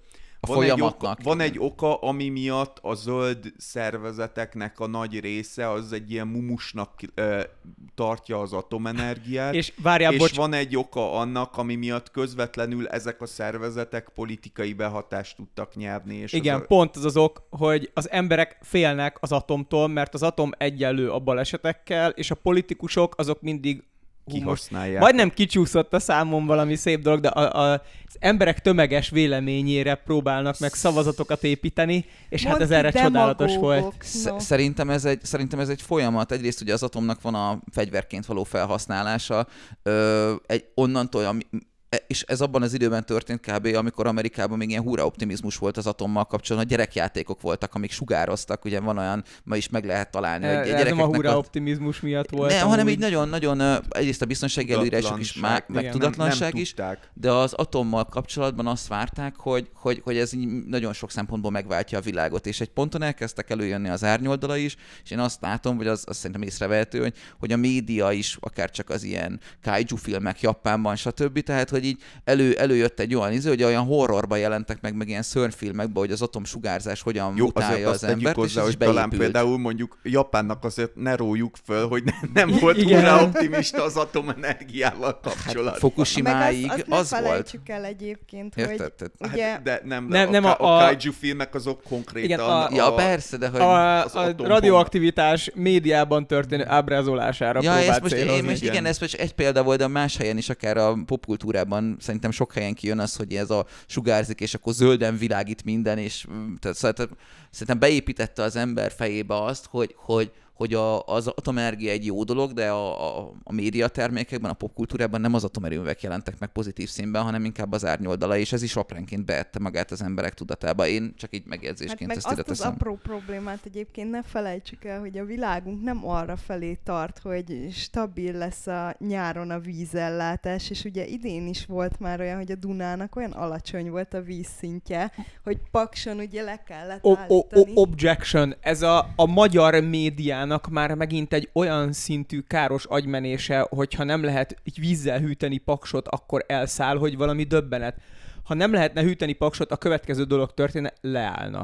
Van egy oka, ami miatt a zöld szervezeteknek a nagy része az egy ilyen mumusnak tartja az atomenergiát, és van egy oka annak, ami miatt közvetlenül ezek a szervezetek politikai behatást tudtak nyerni. És igen, pont az ok, hogy az emberek félnek az atomtól, mert az atom egyenlő a balesetekkel, és a politikusok azok mindig kihasználják. Majdnem kicsúszott a számon valami szép dolog, de az emberek tömeges véleményére próbálnak meg szavazatokat építeni, és hát ez erre csodálatos volt. Szerintem ez egy folyamat. Egyrészt ugye az atomnak van a fegyverként való felhasználása, onnantól, és ez abban az időben történt kb., amikor Amerikában még ilyen hurra optimizmus volt az atommal kapcsolatban, a gyerekjátékok voltak, amik sugároztak, ugye van olyan, ma is meg lehet találni, hogy ez nem a hurra optimizmus miatt volt. Nem, hanem így nagyon-nagyon, egyrészt a biztonsági előírások is, meg tudatlanság is, de az atommal kapcsolatban azt várták, hogy ez így nagyon sok szempontból megváltja a világot, és egy ponton elkezdtek előjönni az árnyoldala is, és én azt látom, vagy az szerintem észrevehető, hogy a média is, akár csak az ilyen kaiju filmek Japánban, stb., tehát hogy így előjött egy olyan hogy olyan horrorban jelentek meg ilyen szörnyfilmekben, hogy az atomsugárzás hogyan mutálja az embert, és hozzá, hogy talán például mondjuk Japánnak azért ne rójuk föl, hogy nem volt Igen. olyan optimista az atomenergiával kapcsolatban. Hát Fukushimáig az volt. Ne felejtsük el egyébként, Érted? hogy ugye... Hát, de nem a kaiju filmek azok konkrétan... Ja, persze, de hogy... A radioaktivitás médiában történő ábrázolására próbált célozni. Igen, ez most egy példa volt, de más helyen is, akár a popkultúrában szerintem sok helyen kijön az, hogy ez a sugárzik, és akkor zölden világít minden, és szerintem beépítette az ember fejébe azt, hogy az atomenergia egy jó dolog, de a médiatermékekben, a popkultúrában nem az atomerőművek jelentek meg pozitív színben, hanem inkább az árnyoldala, és ez is apránként beette magát az emberek tudatába. Én csak így megjegyzésként ezt ide teszem. Az apró problémát egyébként ne felejtsük el, hogy a világunk nem arra felé tart, hogy stabil lesz a nyáron a vízellátás, és ugye idén is volt már olyan, hogy a Dunának olyan alacsony volt a vízszintje, hogy Pakson ugye le kellett állítani. Objection. Ez a magyar médiának már megint egy olyan szintű káros agymenése, hogyha nem lehet vízzel hűteni Paksot, akkor elszáll, hogy valami döbbenet. Ha nem lehetne hűteni Paksot, a következő dolog történne, leállna.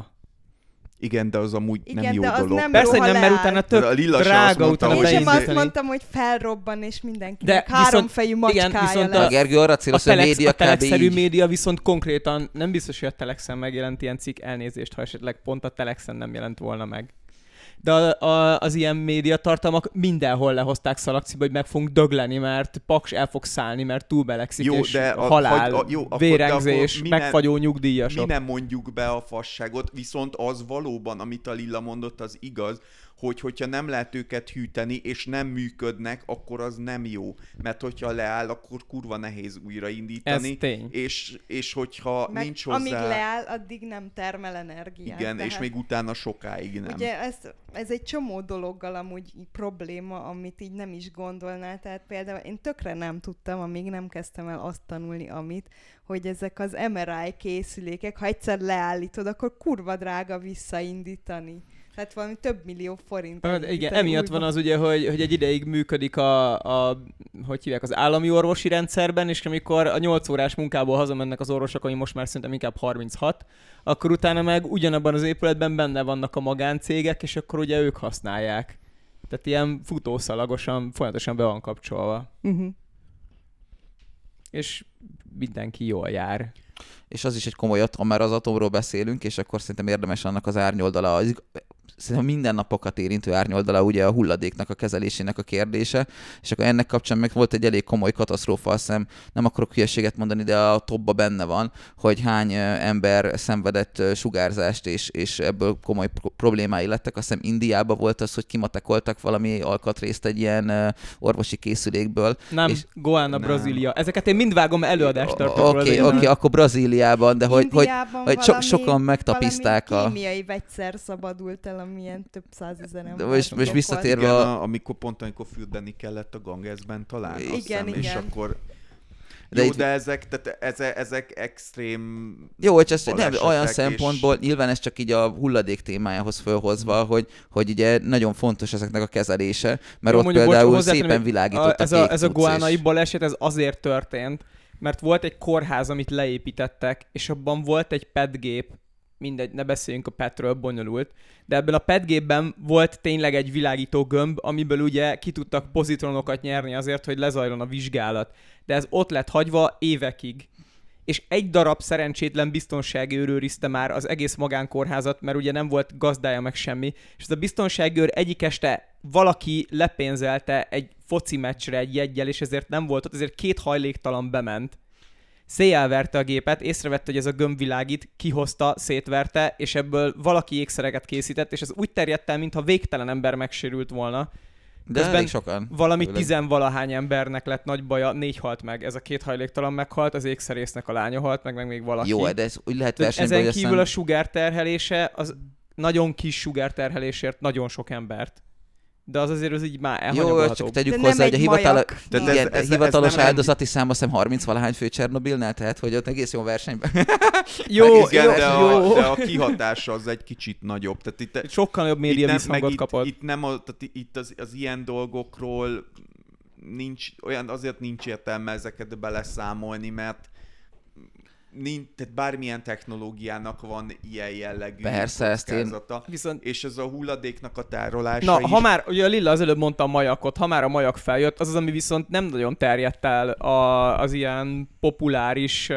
Igen, de az amúgy nem jó az dolog. Nem persze, jó, hogy nem, mert utána tök drága utána beindítani. Én sem azt beindítani. mondtam, hogy felrobban, és mindenkinek háromfejű macskája lesz. A Gergő arra céloz, hogy a média a telexszerű média viszont konkrétan nem biztos, hogy a Telexen megjelent ilyen cikk, elnézést, ha esetleg pont a Telexen nem jelent volna meg. De az ilyen médiatartalmak mindenhol lehozták szalagciba, hogy meg fogunk dögleni, mert Paks el fog szállni, mert túl belegszik, jó, és de halál, vérengzés, megfagyó nyugdíjasok. Mi nem mondjuk be a fasságot, viszont az valóban, amit a Lilla mondott, az igaz, hogyha nem lehet őket hűteni, és nem működnek, akkor az nem jó. Mert hogyha leáll, akkor kurva nehéz újraindítani. Ez tény. És hogyha nincs hozzá... Amíg leáll, addig nem termel energiát. Igen, és még utána sokáig nem. Ugye ez egy csomó dologgal amúgy probléma, amit így nem is gondolnál. Tehát például én tökre nem tudtam, amíg nem kezdtem el azt tanulni, hogy ezek az MRI készülékek, ha egyszer leállítod, akkor kurva drága visszaindítani. Tehát valami több millió forint. Igen, emiatt van az ugye, hogy egy ideig működik hogy hívják, az állami orvosi rendszerben, és amikor a 8 órás munkából hazamennek az orvosok, ami most már szerintem inkább 36, akkor utána meg ugyanabban az épületben benne vannak a magáncégek, és akkor ugye ők használják. Tehát ilyen futószalagosan, folyamatosan be van kapcsolva. Uh-huh. És mindenki jól jár. És az is egy komoly ha már az atomról beszélünk, és akkor szerintem érdemes annak az árnyoldala, szerintem mindennapokat érintő árnyoldala ugye a hulladéknak a kezelésének a kérdése, és akkor ennek kapcsán meg volt egy elég komoly katasztrófa, azt hiszem, nem akarok hülyeséget mondani, de a topba benne van, hogy hány ember szenvedett sugárzást, és ebből komoly problémái lettek. Azt hiszem Indiában volt az, hogy kimatekoltak valami alkatrészt egy ilyen orvosi készülékből. Nem, és... Guiana, Brazília. Ezeket én mind vágom, előadást tartok. Oké, akkor Brazíliában, de hogy sokan megtapiszták valami kémiai vegyszer szabadult el, amilyen több százezer ember. Most visszatérve igen, amikor fürdeni kellett a Gangesben talán. Igen. És akkor... De jó, de ezek extrém... Jó, hogy ez nem olyan szempontból, nyilván ez csak így a hulladék témájához fölhozva, hogy ugye nagyon fontos ezeknek a kezelése, mert jó, ott például szépen világítottak ez a guanai baleset, ez azért történt, mert volt egy kórház, amit leépítettek, és abban volt egy PET-gép, mindegy, ne beszéljünk a PET-ről, bonyolult, de ebben a PET-gépben volt tényleg egy világító gömb, amiből ugye ki tudtak pozitronokat nyerni azért, hogy lezajlon a vizsgálat. De ez ott lett hagyva évekig. és egy darab szerencsétlen biztonsági őr őrizte már az egész magánkórházat, mert ugye nem volt gazdája meg semmi, és ez a biztonsági őr egyik este valaki lepénzelte egy foci meccsre egy jeggyel, és ezért nem volt ott, ezért 2 hajléktalan bement. Széjjel verte a gépet, észrevette, hogy ez a gömbvilágít, kihozta, szétverte, és ebből valaki ékszereket készített, és ez úgy terjedt el, mintha végtelen ember megsérült volna. De elég sokan. Valami 10-valahány embernek lett nagy baja, 4 halt meg. Ez a 2 hajléktalan meghalt, az ékszerésznek a lánya halt meg még valaki. Jó, de ez úgy lehet versenyben, ezen kívül a sugárterhelése, az nagyon kis sugárterhelésért nagyon sok embert. De az azért az így már elhanyagolható. Jó, csak tegyük de hozzá, hogy a hivatalos nem áldozati szám azt hiszem 30-valahány fő Csernobilnál, tehát hogy ott egész jó versenyben. Jó, igen, jó. De a kihatása az egy kicsit nagyobb. Tehát itt, sokkal jobb média visszhangot kapott. Itt nem tehát itt az ilyen dolgokról azért nincs értelme ezeket beleszámolni, mert tehát bármilyen technológiának van ilyen jellegű kockázata. Viszont... És ez a hulladéknak a tárolása Na, is. ha már, ugye a Lilla az előbb mondta a majakot, ha már a majak feljött, az, ami viszont nem nagyon terjedt el az ilyen populáris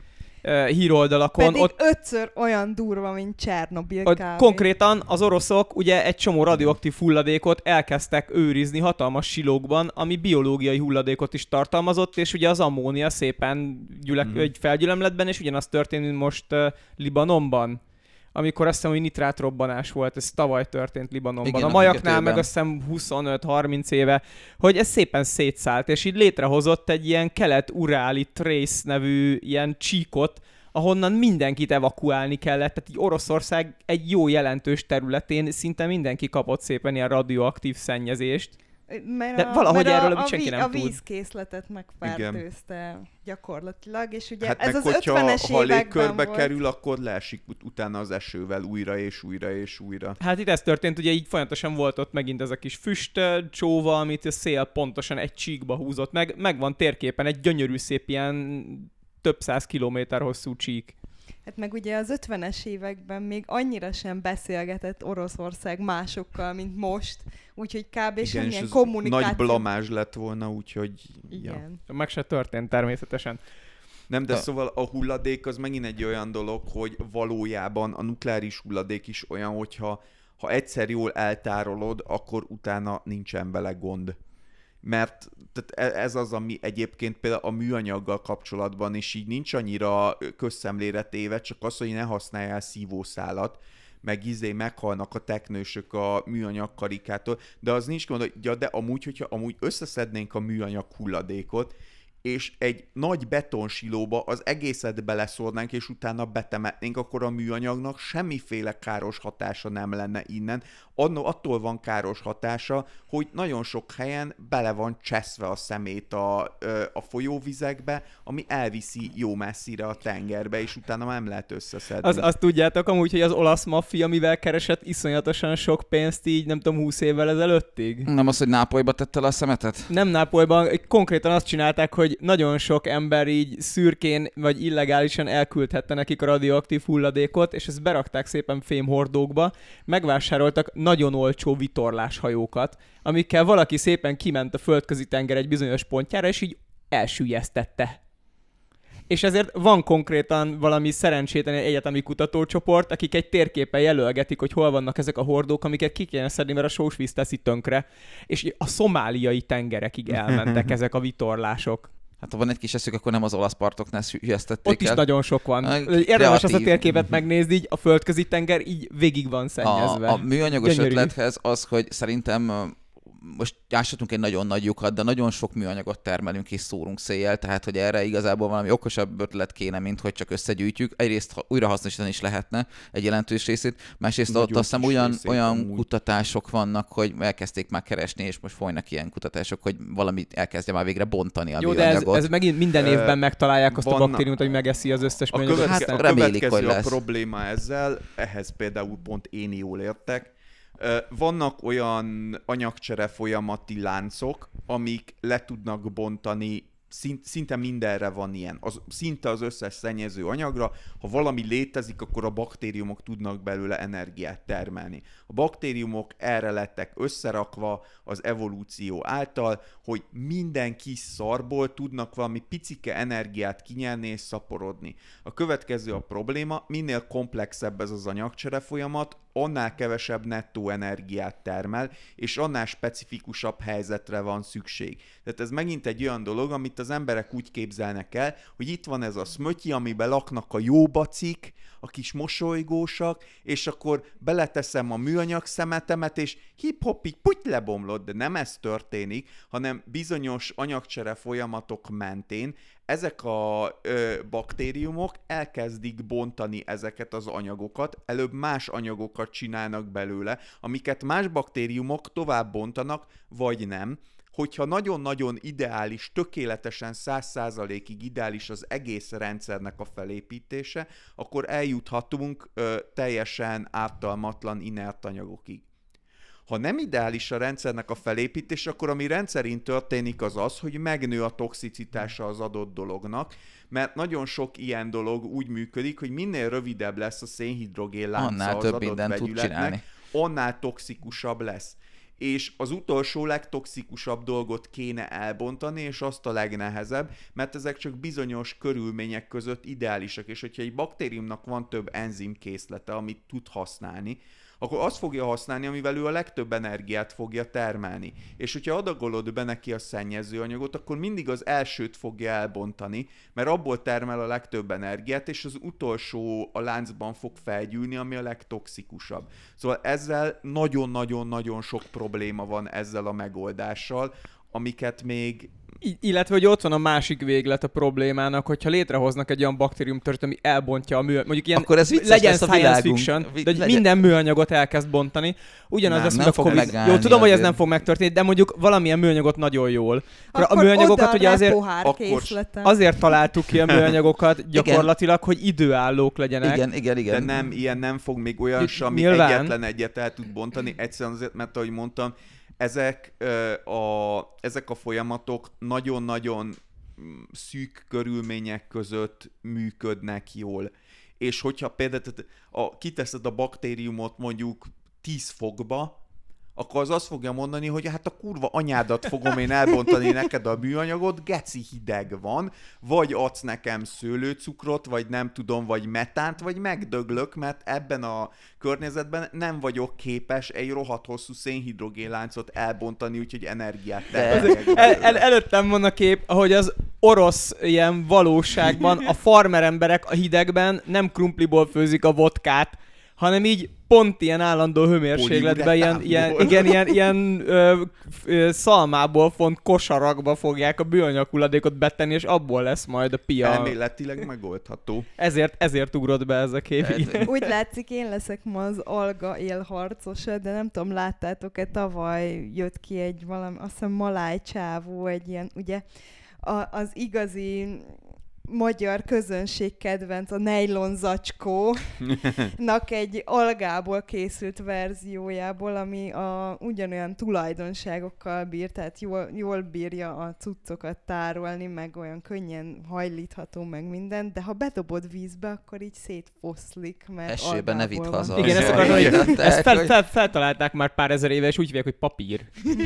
híroldalakon. Pedig ott 5-ször olyan durva, mint Csernobil kb. Konkrétan az oroszok ugye egy csomó radioaktív hulladékot elkezdtek őrizni hatalmas silókban, ami biológiai hulladékot is tartalmazott, és ugye az ammónia szépen egy felgyülemletben, és ugyanaz történt, mint most Libanonban, amikor azt hiszem, hogy nitrátrobbanás volt, ez tavaly történt Libanonban. Igen, a majaknál meg azt hiszem 25-30 éve, hogy ez szépen szétszállt, és így létrehozott egy ilyen kelet-uráli trace nevű ilyen csíkot, ahonnan mindenkit evakuálni kellett, tehát így Oroszország egy jó jelentős területén szinte mindenki kapott szépen ilyen radioaktív szennyezést. De valahogy erről senki nem tud. A vízkészletet megfertőzte gyakorlatilag, és ugye hát ez meg, az 50-es ha években légkörbe volt. kerül, akkor leesik utána az esővel újra és újra és újra. Hát itt ez történt, ugye így folyamatosan volt ott megint ez a kis füst csóva, amit a szél pontosan egy csíkba húzott meg van térképen egy gyönyörű szép ilyen több 100 kilométer hosszú csík. Hát meg ugye az 50-es években még annyira sem beszélgetett Oroszország másokkal, mint most, úgyhogy kb. Semmilyen kommunikáció. Nagy blamázs lett volna, úgyhogy... Igen. Ja. Meg se történt természetesen. Nem, de szóval a hulladék az megint egy olyan dolog, hogy valójában a nukleáris hulladék is olyan, hogyha egyszer jól eltárolod, akkor utána nincsen vele gond. Mert tehát ez az, ami egyébként például a műanyaggal kapcsolatban is így nincs annyira közszemlére téve, csak az, hogy ne használjál szívószálat, meg meghalnak a teknősök a műanyag karikától, de az nincs gond, hogy de amúgy, hogyha amúgy összeszednénk a műanyag hulladékot, és egy nagy betonsilóba az egészet beleszórnánk, és utána betemetnénk, akkor a műanyagnak semmiféle káros hatása nem lenne innen. Attól van káros hatása, hogy nagyon sok helyen bele van cseszve a szemét a folyóvizekbe, ami elviszi jó messzire a tengerbe, és utána nem lehet összeszedni. Azt tudjátok amúgy, hogy az olasz maffia mivel keresett iszonyatosan sok pénzt így, nem tudom, 20 évvel ezelőttig? Nem az, hogy Nápolyba tette le a szemetet? Nem Nápolyban, konkrétan azt csinálták, hogy nagyon sok ember így szürkén vagy illegálisan elküldhette nekik a radioaktív hulladékot, és ezt berakták szépen fémhordókba, megvásároltak nagyon olcsó vitorláshajókat, amikkel valaki szépen kiment a földközi tenger egy bizonyos pontjára, és így elsüllyesztette. És ezért van konkrétan valami szerencsétlen egyetemi kutatócsoport, akik egy térképen jelölgetik, hogy hol vannak ezek a hordók, amiket ki kéne szedni, mert a sós víz teszi tönkre. És a szomáliai tengerekig elmentek ezek a vitorlások. Hát ha van egy kis eszük, akkor nem az olasz partoknál hülyeztették ott el. Ott is nagyon sok van. Érdemes kreatív. azt a térképet megnézni, így a földközi tenger így végig van szennyezve. A műanyagos Gyönyörű. ötlethez az, hogy szerintem most áshatunk egy nagyon nagy lyukat, de nagyon sok műanyagot termelünk és szórunk széjjel, tehát hogy erre igazából valami okosabb ötlet kéne, mint hogy csak összegyűjtjük. Egyrészt újrahasznosítani is lehetne egy jelentős részét, másrészt ott azt hiszem olyan kutatások vannak, hogy elkezdték már keresni, és most folynak ilyen kutatások, hogy valamit elkezdje már végre bontani a műanyagot. Jó, de ez megint minden évben megtalálják azt a baktériumot, hogy megeszi az összes műanyagot. Hát remélik, hogy lesz. A probléma ezzel, ehhez például pont én jól értek, vannak olyan anyagcsere folyamati láncok, amik le tudnak bontani szinte mindenre van ilyen. Szinte az összes szennyező anyagra, ha valami létezik, akkor a baktériumok tudnak belőle energiát termelni. A baktériumok erre lettek összerakva az evolúció által, hogy minden kis szarból tudnak valami picike energiát kinyerni és szaporodni. A következő a probléma, minél komplexebb ez az anyagcsere folyamat, annál kevesebb nettó energiát termel, és annál specifikusabb helyzetre van szükség. Tehát ez megint egy olyan dolog, amit az emberek úgy képzelnek el, hogy itt van ez a szmötyi, amiben laknak a jó bacik, a kis mosolygósak, és akkor beleteszem a műanyag szemetemet, és hip-hopig puty lebomlott, de nem ez történik, hanem bizonyos anyagcsere folyamatok mentén ezek a baktériumok elkezdik bontani ezeket az anyagokat, előbb más anyagokat csinálnak belőle, amiket más baktériumok tovább bontanak, vagy nem. Hogyha nagyon-nagyon ideális, tökéletesen 100%-ig ideális az egész rendszernek a felépítése, akkor eljuthatunk teljesen ártalmatlan inert anyagokig. Ha nem ideális a rendszernek a felépítés, akkor ami rendszerint történik az az, hogy megnő a toxicitása az adott dolognak, mert nagyon sok ilyen dolog úgy működik, hogy minél rövidebb lesz a szénhidrogén lánca az adott vegyületnek, annál toxikusabb lesz. És az utolsó legtoxikusabb dolgot kéne elbontani, és azt a legnehezebb, mert ezek csak bizonyos körülmények között ideálisak, és hogyha egy baktériumnak van több enzimkészlete, amit tud használni, akkor azt fogja használni, amivel ő a legtöbb energiát fogja termelni. És hogyha adagolod be neki a szennyezőanyagot, akkor mindig az elsőt fogja elbontani, mert abból termel a legtöbb energiát, és az utolsó a láncban fog felgyűlni, ami a legtoxikusabb. Szóval ezzel nagyon-nagyon-nagyon sok probléma van ezzel a megoldással, amiket még... Illetve, hogy ott van a másik véglet a problémának, hogyha létrehoznak egy olyan baktériumtörzset, ami elbontja a műanyagot. Mondjuk ilyen, akkor ez legyen science fiction, de hogy minden műanyagot elkezd bontani. Ugyanaz lesz, mint a Covid. Jó, tudom, hogy ez nem fog megtörténni, de mondjuk valamilyen műanyagot nagyon jól. Akkor a műanyagokat ugye azért találtuk ki a műanyagokat gyakorlatilag, hogy időállók legyenek. Igen. De nem, ilyen nem fog még olyan sem, ami egyetlen egyet el tud bontani. Egyszerűen azért, mert ahogy mondtam, ezek a folyamatok nagyon-nagyon szűk körülmények között működnek jól. És hogyha például kiteszed a baktériumot mondjuk 10 fokba, akkor az azt fogja mondani, hogy hát a kurva anyádat fogom én elbontani neked a műanyagot, geci hideg van, vagy adsz nekem szőlőcukrot, vagy nem tudom, vagy metánt, vagy megdöglök, mert ebben a környezetben nem vagyok képes egy rohadt hosszú szénhidrogénláncot elbontani, úgyhogy energiát termelek. Előttem van a kép, ahogy az orosz ilyen valóságban a farmer emberek a hidegben nem krumpliból főzik a vodkát, hanem így pont ilyen állandó hőmérsékletben ilyen szalmából font kosarakba fogják a műanyag hulladékot betenni, és abból lesz majd a pia. Elméletileg megoldható. Ezért ugrott be ez a kép. Úgy látszik, én leszek ma az alga élharcosa, de nem tudom, láttátok-e, tavaly jött ki egy valami, azt hiszem maláj csávó, egy ilyen, ugye, az igazi magyar közönség kedvenc, a nejlon zacskónak egy algából készült verziójából, ami ugyanolyan tulajdonságokkal bír, tehát jól bírja a cuccokat tárolni, meg olyan könnyen hajlítható, meg minden, de ha bedobod vízbe, akkor így szétfoszlik, mert esőben ne vidd haza. Igen, ezt feltalálták már pár ezer éve, és úgy hívják, hogy papír.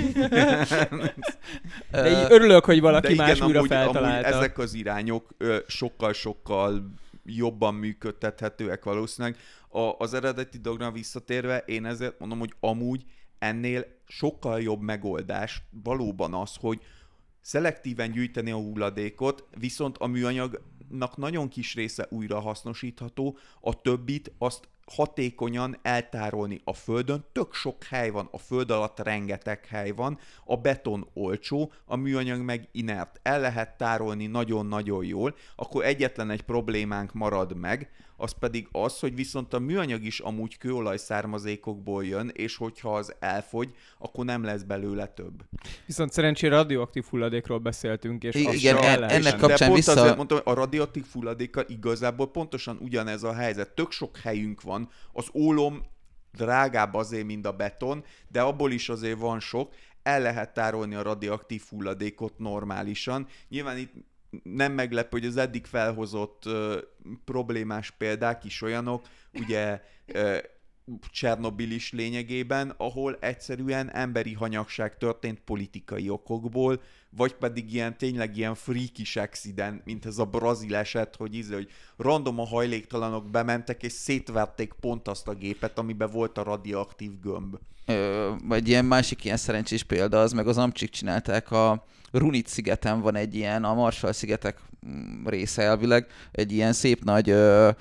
De így örülök, hogy valaki más újra feltalálta. Amúgy ezek az irányok sokkal-sokkal jobban működtethetőek valószínűleg. Az eredeti dologra visszatérve, én ezért mondom, hogy amúgy ennél sokkal jobb megoldás valóban az, hogy szelektíven gyűjteni a hulladékot, viszont a műanyagnak nagyon kis része újra hasznosítható, a többit azt hatékonyan eltárolni a földön. Tök sok hely van, a föld alatt rengeteg hely van, a beton olcsó, a műanyag meg inert. El lehet tárolni nagyon-nagyon jól, akkor egyetlen egy problémánk marad meg, az pedig az, hogy viszont a műanyag is amúgy kőolaj származékokból jön, és hogyha az elfogy, akkor nem lesz belőle több. Viszont szerencsére radioaktív hulladékról beszéltünk, és igen, ennek kapcsán de pont azért mondtam, hogy a radioaktív hulladékkal igazából pontosan ugyanez a helyzet. Tök sok helyünk van, az ólom drágább azért, mint a beton, de abból is azért van sok. el lehet tárolni a radioaktív hulladékot normálisan. Nyilván itt nem meglepő, hogy az eddig felhozott problémás példák is olyanok, ugye Csernobil is lényegében, ahol egyszerűen emberi hanyagság történt politikai okokból, vagy pedig tényleg ilyen freakis accident, mint ez a brazil eset, hogy random a hajléktalanok bementek, és szétverték pont azt a gépet, amiben volt a radioaktív gömb. Vagy ilyen másik ilyen szerencsés példa, az meg az amcsik csinálták, a Runit szigeten van egy ilyen, a Marshall-szigetek része elvileg, egy ilyen szép nagy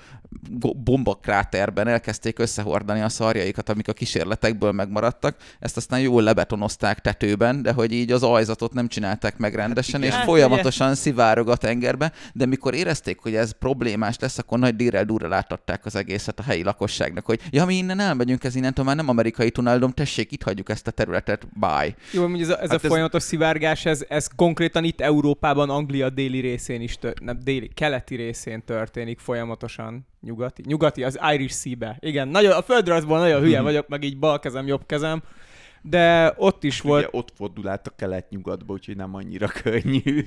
bombakráterben elkezdték összehordani a szarjaikat, amik a kísérletekből megmaradtak. Ezt aztán jól lebetonozták tetőben, de hogy így az ajzatot nem csinálták meg rendesen, és folyamatosan szivárog a tengerbe, de mikor érezték, hogy ez problémás lesz, akkor nagy dírrel durrel átadták az egészet a helyi lakosságnak, hogy ja, mi innen elmegyünk, ez innentől már nem amerikai tunaldom, tessék, itt hagyjuk ezt a területet, bye. Jó, mondjuk ez a folyamatos szivárgás, ez konkrétan itt Európában, Anglia déli részén is, keleti részén történik folyamatosan. Nyugati, az Irish Sea-be. Igen, nagyon, a földrajzból nagyon hülye vagyok, meg így bal kezem, jobb kezem, de ott is volt... Ugye ott fordul át a kelet-nyugatba, úgyhogy nem annyira könnyű.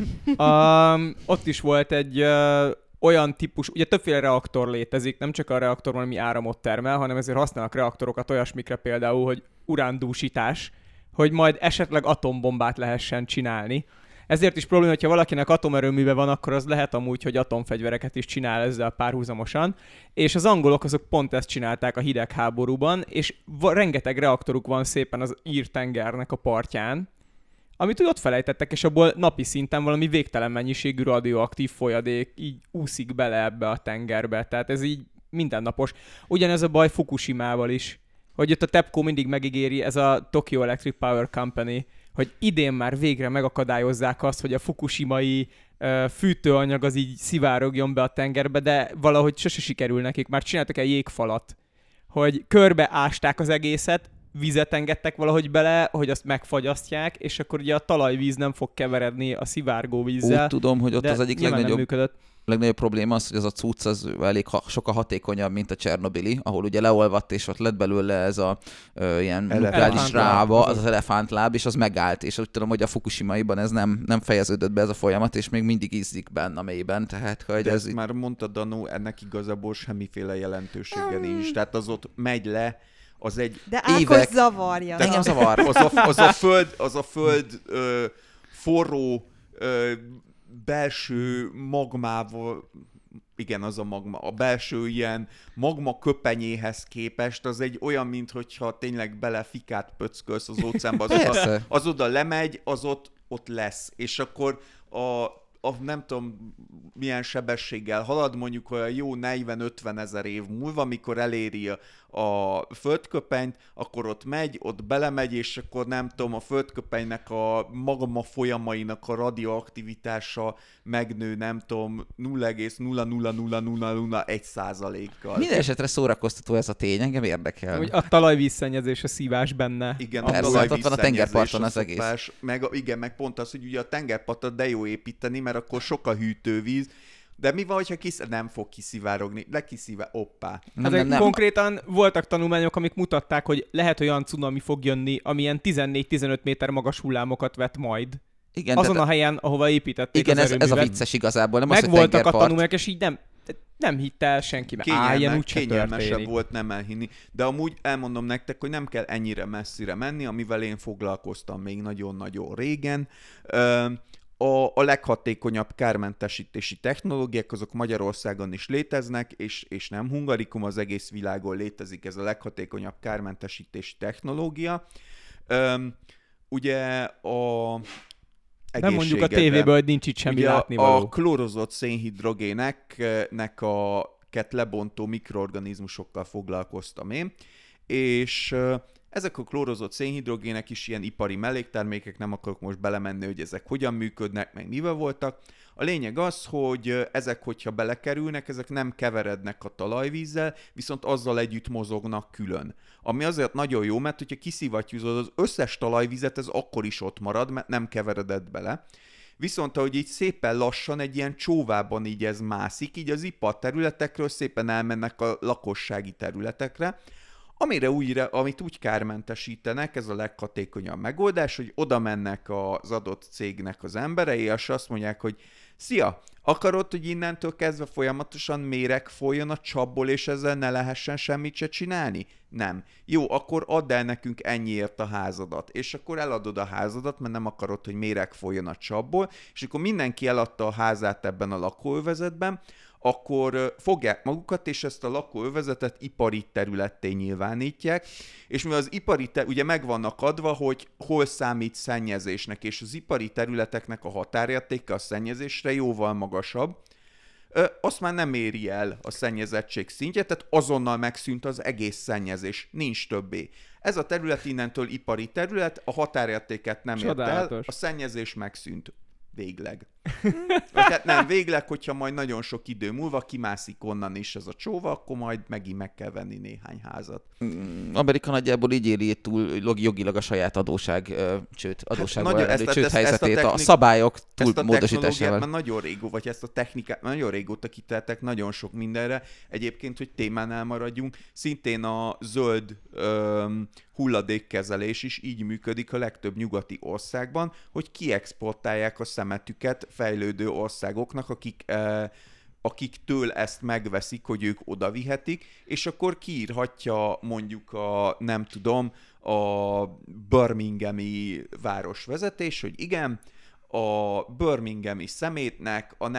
Ott is volt egy olyan típus, ugye többféle reaktor létezik, nem csak a reaktor van, ami áramot termel, hanem ezért használnak reaktorokat olyasmikre például, hogy urándúsítás, hogy majd esetleg atombombát lehessen csinálni. Ezért is probléma, hogyha valakinek atomerőműve van, akkor az lehet amúgy, hogy atomfegyvereket is csinál ezzel párhuzamosan. És az angolok azok pont ezt csinálták a hidegháborúban, és rengeteg reaktoruk van szépen az Ír-tengernek a partján, amit úgy ott felejtettek, és abból napi szinten valami végtelen mennyiségű radioaktív folyadék így úszik bele ebbe a tengerbe. Tehát ez így mindennapos. Ugyanez a baj Fukushimával is, hogy ott a TEPCO mindig megígéri, ez a Tokyo Electric Power Company, hogy idén már végre megakadályozzák azt, hogy a fukushimai fűtőanyag az így szivárogjon be a tengerbe, de valahogy sose sikerül nekik. Már csináltak egy jégfalat, hogy körbe ásták az egészet, vizet engedtek valahogy bele, hogy azt megfagyasztják, és akkor ugye a talajvíz nem fog keveredni a szivárgó vízzel. Úgy tudom, hogy ott az egyik legnagyobb probléma az, hogy az a cucc az elég sokkal hatékonyabb, mint a Csernobili, ahol ugye leolvadt, és ott lett belőle ez a ilyen nukleáris ráva, az elefántláb, és az megállt, és úgy tudom, hogy a Fukushimaiban ez nem fejeződött be ez a folyamat, és még mindig ízzik benne a mélyben, tehát hogy de ezt már mondta Danu, ennek igazából semmiféle jelentősége nincs, tehát az ott megy le, az egy de Ákos zavarja. Engem zavar. Az a föld forró belső magmával, igen, az a magma, a belső ilyen magma köpenyéhez képest, az egy olyan, mintha tényleg bele fikát pöckölsz az óceánba, az oda lemegy, az ott lesz. És akkor a nem tudom milyen sebességgel halad, mondjuk olyan jó 40-50 ezer év múlva, mikor eléri a földköpenyt, akkor ott megy, ott belemegy, és akkor nem tudom, a földköpenynek a magma folyamainak a radioaktivitása megnő, nem tudom, 0,00001%-kal. Minden esetre szórakoztató ez a tény, engem érdekel. Hogy a talajvízszennyezés, a szívás benne. Igen, persze, ott van a tengerparton az egész. Meg pont az, hogy ugye a tengerpartot de jó építeni, mert akkor sok a hűtővíz, de mi van, hogyha nem fog kiszivárogni? Oppá. Nem. Konkrétan voltak tanulmányok, amik mutatták, hogy lehet olyan cunami fog jönni, amilyen 14-15 méter magas hullámokat vet majd. Igen, azon a helyen, ahova építették igen, az erőművet. ez a vicces igazából. Nem megvoltak a tanulmányok, és így nem hitt el senki, mert ilyen úgyse kényelmesebb volt nem elhinni. De amúgy elmondom nektek, hogy nem kell ennyire messzire menni, amivel én foglalkoztam még nagyon-nagyon régen. A leghatékonyabb kármentesítési technológiák, azok Magyarországon is léteznek, és nem Hungarikum, az egész világon létezik ez a leghatékonyabb kármentesítési technológia. Ugye a nem mondjuk a tévéből, hogy nincs itt semmi látnivaló. A klórozott szénhidrogének lebontó mikroorganizmusokkal foglalkoztam én, és ezek a klórozott szénhidrogének is ilyen ipari melléktermékek, nem akarok most belemenni, hogy ezek hogyan működnek, meg mivel voltak. A lényeg az, hogy ezek, hogyha belekerülnek, ezek nem keverednek a talajvízzel, viszont azzal együtt mozognak külön. Ami azért nagyon jó, mert hogyha kiszivattyúzod az összes talajvizet, ez akkor is ott marad, mert nem keveredett bele. Viszont ahogy így szépen lassan egy ilyen csóvában így ez mászik, így az iparterületekről szépen elmennek a lakossági területekre, amit úgy kármentesítenek, ez a leghatékonyabb megoldás, hogy oda mennek az adott cégnek az emberei, és azt mondják, hogy szia, akarod, hogy innentől kezdve folyamatosan méreg folyjon a csapból, és ezzel ne lehessen semmit se csinálni? Nem. Jó, akkor add el nekünk ennyiért a házadat. És akkor eladod a házadat, mert nem akarod, hogy méreg folyjon a csapból, és akkor mindenki eladta a házát ebben a lakóövezetben, akkor fogják magukat, és ezt a lakóövezetet ipari területté nyilvánítják, és mivel az ipari ugye meg vannak adva, hogy hol számít szennyezésnek, és az ipari területeknek a határértéke a szennyezésre jóval magasabb, azt már nem éri el a szennyezettség szintje, tehát azonnal megszűnt az egész szennyezés, nincs többé. Ez a terület innentől ipari terület, a határértéket nem ért el, a szennyezés megszűnt. Végleg. Vagy hát nem, végleg, hogyha majd nagyon sok idő múlva kimászik onnan is ez a csóva, akkor majd megint meg kell venni néhány házat. Amerika nagyjából így éli túl jogilag a saját csődhelyzetét, a szabályok túlmódosításával. Már nagyon régóta, vagy ezt a technikát már nagyon régóta kiteltek nagyon sok mindenre. Egyébként, hogy témánál maradjunk, szintén a zöld hulladékkezelés is így működik a legtöbb nyugati országban, hogy kiexportálják a szemetüket fejlődő országoknak, akiktől ezt megveszik, hogy ők odavihetik, és akkor kiírhatja mondjuk a birminghami városvezetés, hogy igen, a birminghami szemétnek a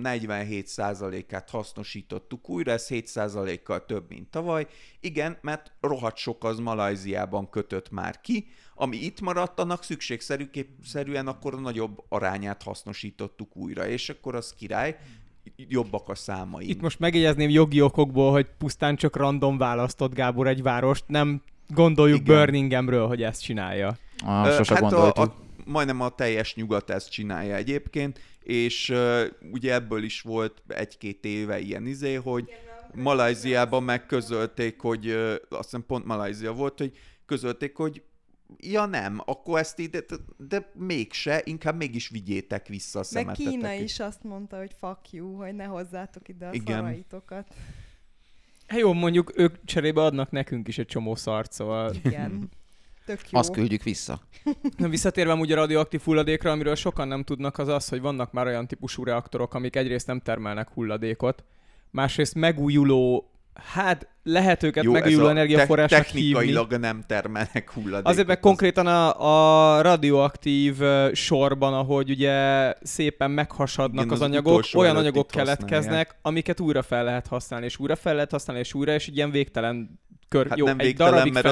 47%-át hasznosítottuk újra, ez 7%-kal több, mint tavaly. Igen, mert rohadt sok az Malajziában kötött már ki, ami itt maradt, annak szükségszerűen akkor a nagyobb arányát hasznosítottuk újra, és akkor az király, jobbak a számaim. Itt most megjegyezném jogi okokból, hogy pusztán csak random választott Gábor egy várost, nem gondoljuk Birminghamről, hogy ezt csinálja. Sose gondoltuk. Majdnem a teljes nyugat ezt csinálja egyébként, és ugye ebből is volt 1-2 éve ilyen hogy Malajziában megközölték, hogy azt hiszem pont Malajzia volt, hogy közölték, hogy ja nem, akkor ezt ide, de mégse, inkább mégis vigyétek vissza a szemetetek. Meg Kína is azt mondta, hogy fuck you, hogy ne hozzátok ide a szaraitokat. Hát jó, mondjuk ők cserébe adnak nekünk is egy csomó szart, szóval... Igen. Tök jó. Azt küldjük vissza. Visszatérve úgy a radioaktív hulladékra, amiről sokan nem tudnak, az az, hogy vannak már olyan típusú reaktorok, amik egyrészt nem termelnek hulladékot, másrészt megújuló, hát lehet őket megújuló energiaforrásnak technikailag nem termelnek hulladékot. Azért meg konkrétan a radioaktív sorban, ahogy ugye szépen meghasadnak igen, az anyagok, olyan anyagok keletkeznek, amiket újra fel lehet használni, és újra fel lehet használni, és újra, és egy ilyen végtelen Hát jó, nem végtelen, mert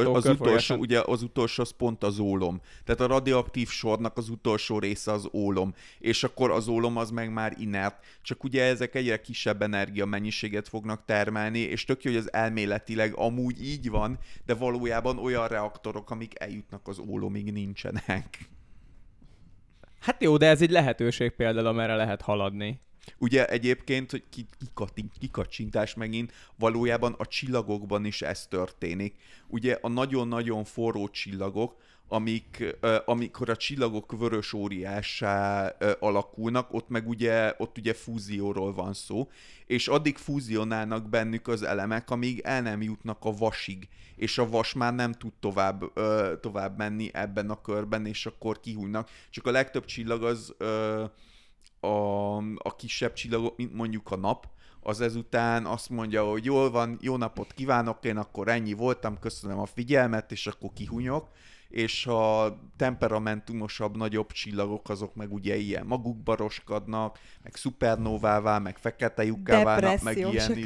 az utolsó az pont az ólom. Tehát a radioaktív sornak az utolsó része az ólom. És akkor az ólom az meg már inert. Csak ugye ezek egyre kisebb energiamennyiséget fognak termelni, és tök jó, hogy az elméletileg amúgy így van, de valójában olyan reaktorok, amik eljutnak az ólomig nincsenek. Hát jó, de ez egy lehetőség például, amerre lehet haladni. Ugye egyébként, hogy kikacsintás megint, valójában a csillagokban is ez történik. Ugye a nagyon-nagyon forró csillagok, amikor a csillagok vörös óriássá alakulnak, ott ugye fúzióról van szó, és addig fúzionálnak bennük az elemek, amíg el nem jutnak a vasig, és a vas már nem tud tovább menni ebben a körben, és akkor kihújnak. Csak a legtöbb csillag az... A kisebb csillagok, mint mondjuk a nap, az ezután azt mondja, hogy jól van, jó napot kívánok, én akkor ennyi voltam, köszönöm a figyelmet, és akkor kihunyok, és a temperamentumosabb, nagyobb csillagok, azok meg ugye ilyen magukba roskadnak, meg szupernóvává, meg fekete lyukká válnak, meg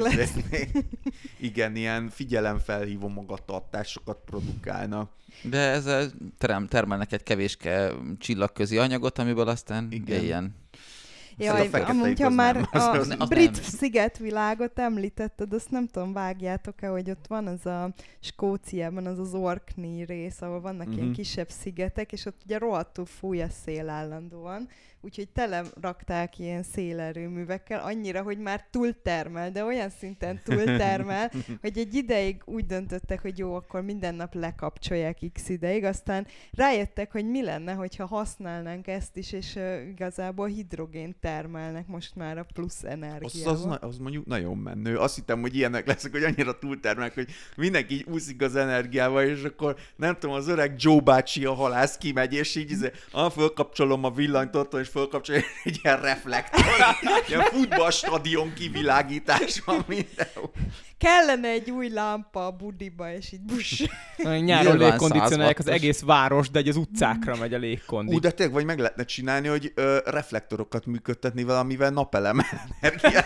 ilyen figyelemfelhívó magatartásokat produkálnak. De ezzel termelnek egy kevéske csillagközi anyagot, amiből aztán ilyen... Jaj, amúgy, ha már a brit szigetvilágot említetted, azt nem tudom, vágjátok-e, hogy ott van az a Skóciában, az Orkney rész, ahol vannak ilyen kisebb szigetek, és ott ugye rohadtul fúj a szél állandóan, úgyhogy tele rakták ilyen szélerőművekkel, annyira, hogy már túltermel, de olyan szinten túltermel, hogy egy ideig úgy döntöttek, hogy jó, akkor minden nap lekapcsolják x ideig, aztán rájöttek, hogy mi lenne, hogyha használnánk ezt is, és igazából hidrogént termelnek most már a plusz energiával. Az mondjuk nagyon menő. Azt hittem, hogy ilyenek lesznek, hogy annyira túltermelnek, hogy mindenki így úszik az energiával, és akkor nem tudom, az öreg Joe bácsi a halász kimegy, és így fölkapcsolom a villanyt otthon, és fölkapcsolom egy ilyen reflektor, ilyen futballstadion kivilágítás van mindenhol. Kellene egy új lámpa a budiba, és így buss. Nyáron légkondicionálják az egész város, de egy az utcákra megy a légkondi. De tényleg, vagy meg lehetne csinálni, hogy reflektorokat működtetni valamivel napelem energiát.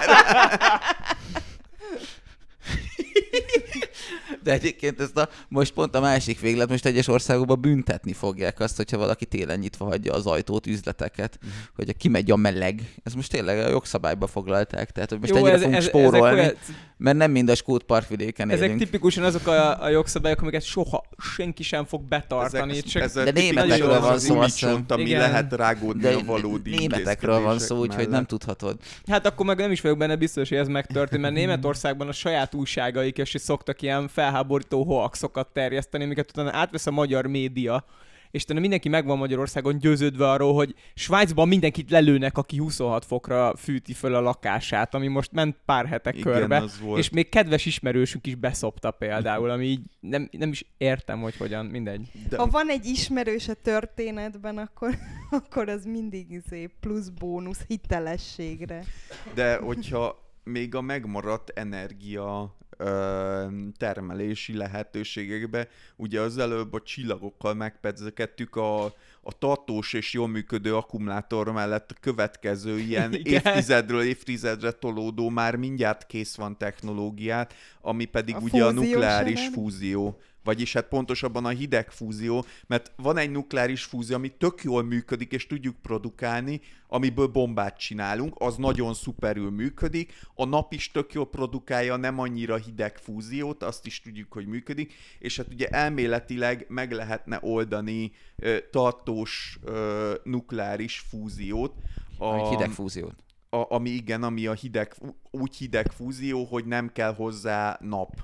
De egyébként most pont a másik véglet, most egyes országokban büntetni fogják azt, hogyha valaki télen nyitva hagyja az ajtót, üzleteket, hogy kimegy a meleg. Ez most tényleg a jogszabályba foglalták, tehát hogy most ennyire fogunk spórolni, mert nem mind a skót parkvidéken élünk. Ezek tipikusan azok a jogszabályok, amiket soha senki sem fog betartani. De németekről van szó, ami lehet rágódni a valódi németekről van szó, úgyhogy nem tudhatod. Hát akkor meg nem is vagyok benne biztos, hogy ez megtörtént, mert Németországban a saját újságaik is szoktak ilyen felháborító hoaxokat terjeszteni, amiket utána átvesz a magyar média, és utána mindenki meg van Magyarországon győződve arról, hogy Svájcban mindenkit lelőnek, aki 26 fokra fűti föl a lakását, ami most ment pár hete körbe, és még kedves ismerősünk is beszopta például, ami így nem is értem, hogy hogyan, mindegy. Ha van egy ismerős a történetben, akkor az mindig plusz bónusz hitelességre. De hogyha még a megmaradt energia termelési lehetőségekbe, ugye az előbb a csillagokkal megpedzekedtük a tartós és jól működő akkumulátor mellett a következő ilyen évtizedről évtizedre tolódó már mindjárt kész van technológiát, ami pedig ugye a nukleáris fúzió. Vagyis hát pontosabban a hidegfúzió, mert van egy nukleáris fúzió, ami tök jól működik, és tudjuk produkálni, amiből bombát csinálunk, az nagyon szuperül működik, a nap is tök jól produkálja, nem annyira hidegfúziót, azt is tudjuk, hogy működik, és hát ugye elméletileg meg lehetne oldani tartós nukleáris fúziót. Hidegfúziót. Ami a hidegfúzió, hogy nem kell hozzá nap.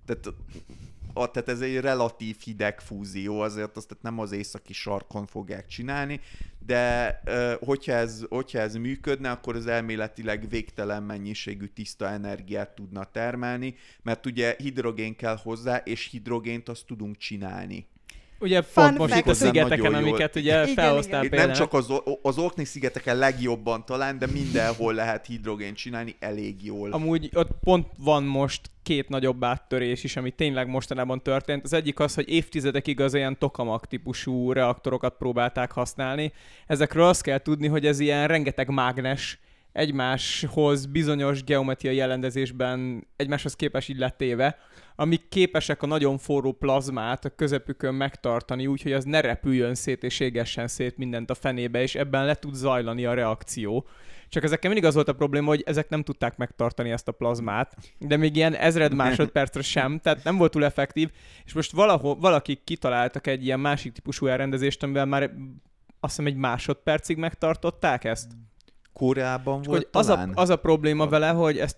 Tehát ez egy relatív hideg fúzió, azért azt nem az északi sarkon fogják csinálni, de hogyha ez működne, akkor az elméletileg végtelen mennyiségű tiszta energiát tudna termelni, mert ugye hidrogén kell hozzá, és hidrogént azt tudunk csinálni. Ugye pont most itt a szigeteken, amiket ugye felhoztál például. Nem csak az Orkney-szigeteken legjobban talán, de mindenhol lehet hidrogént csinálni elég jól. Amúgy ott pont van most 2 nagyobb áttörés is, ami tényleg mostanában történt. Az egyik az, hogy évtizedekig az ilyen tokamak típusú reaktorokat próbálták használni. Ezekről azt kell tudni, hogy ez ilyen rengeteg mágnes egymáshoz bizonyos geometriai elrendezésben egymáshoz képest így letéve, amik képesek a nagyon forró plazmát a közepükön megtartani, úgyhogy az ne repüljön szét és égessen szét mindent a fenébe, és ebben le tud zajlani a reakció. Csak ezekkel mindig az volt a probléma, hogy ezek nem tudták megtartani ezt a plazmát, de még ilyen 1000 másodpercre sem, tehát nem volt túl effektív, és most valakik kitaláltak egy ilyen másik típusú elrendezést, amivel már azt hiszem egy másodpercig megtartották ezt. Koreában volt az a probléma vele, hogy ez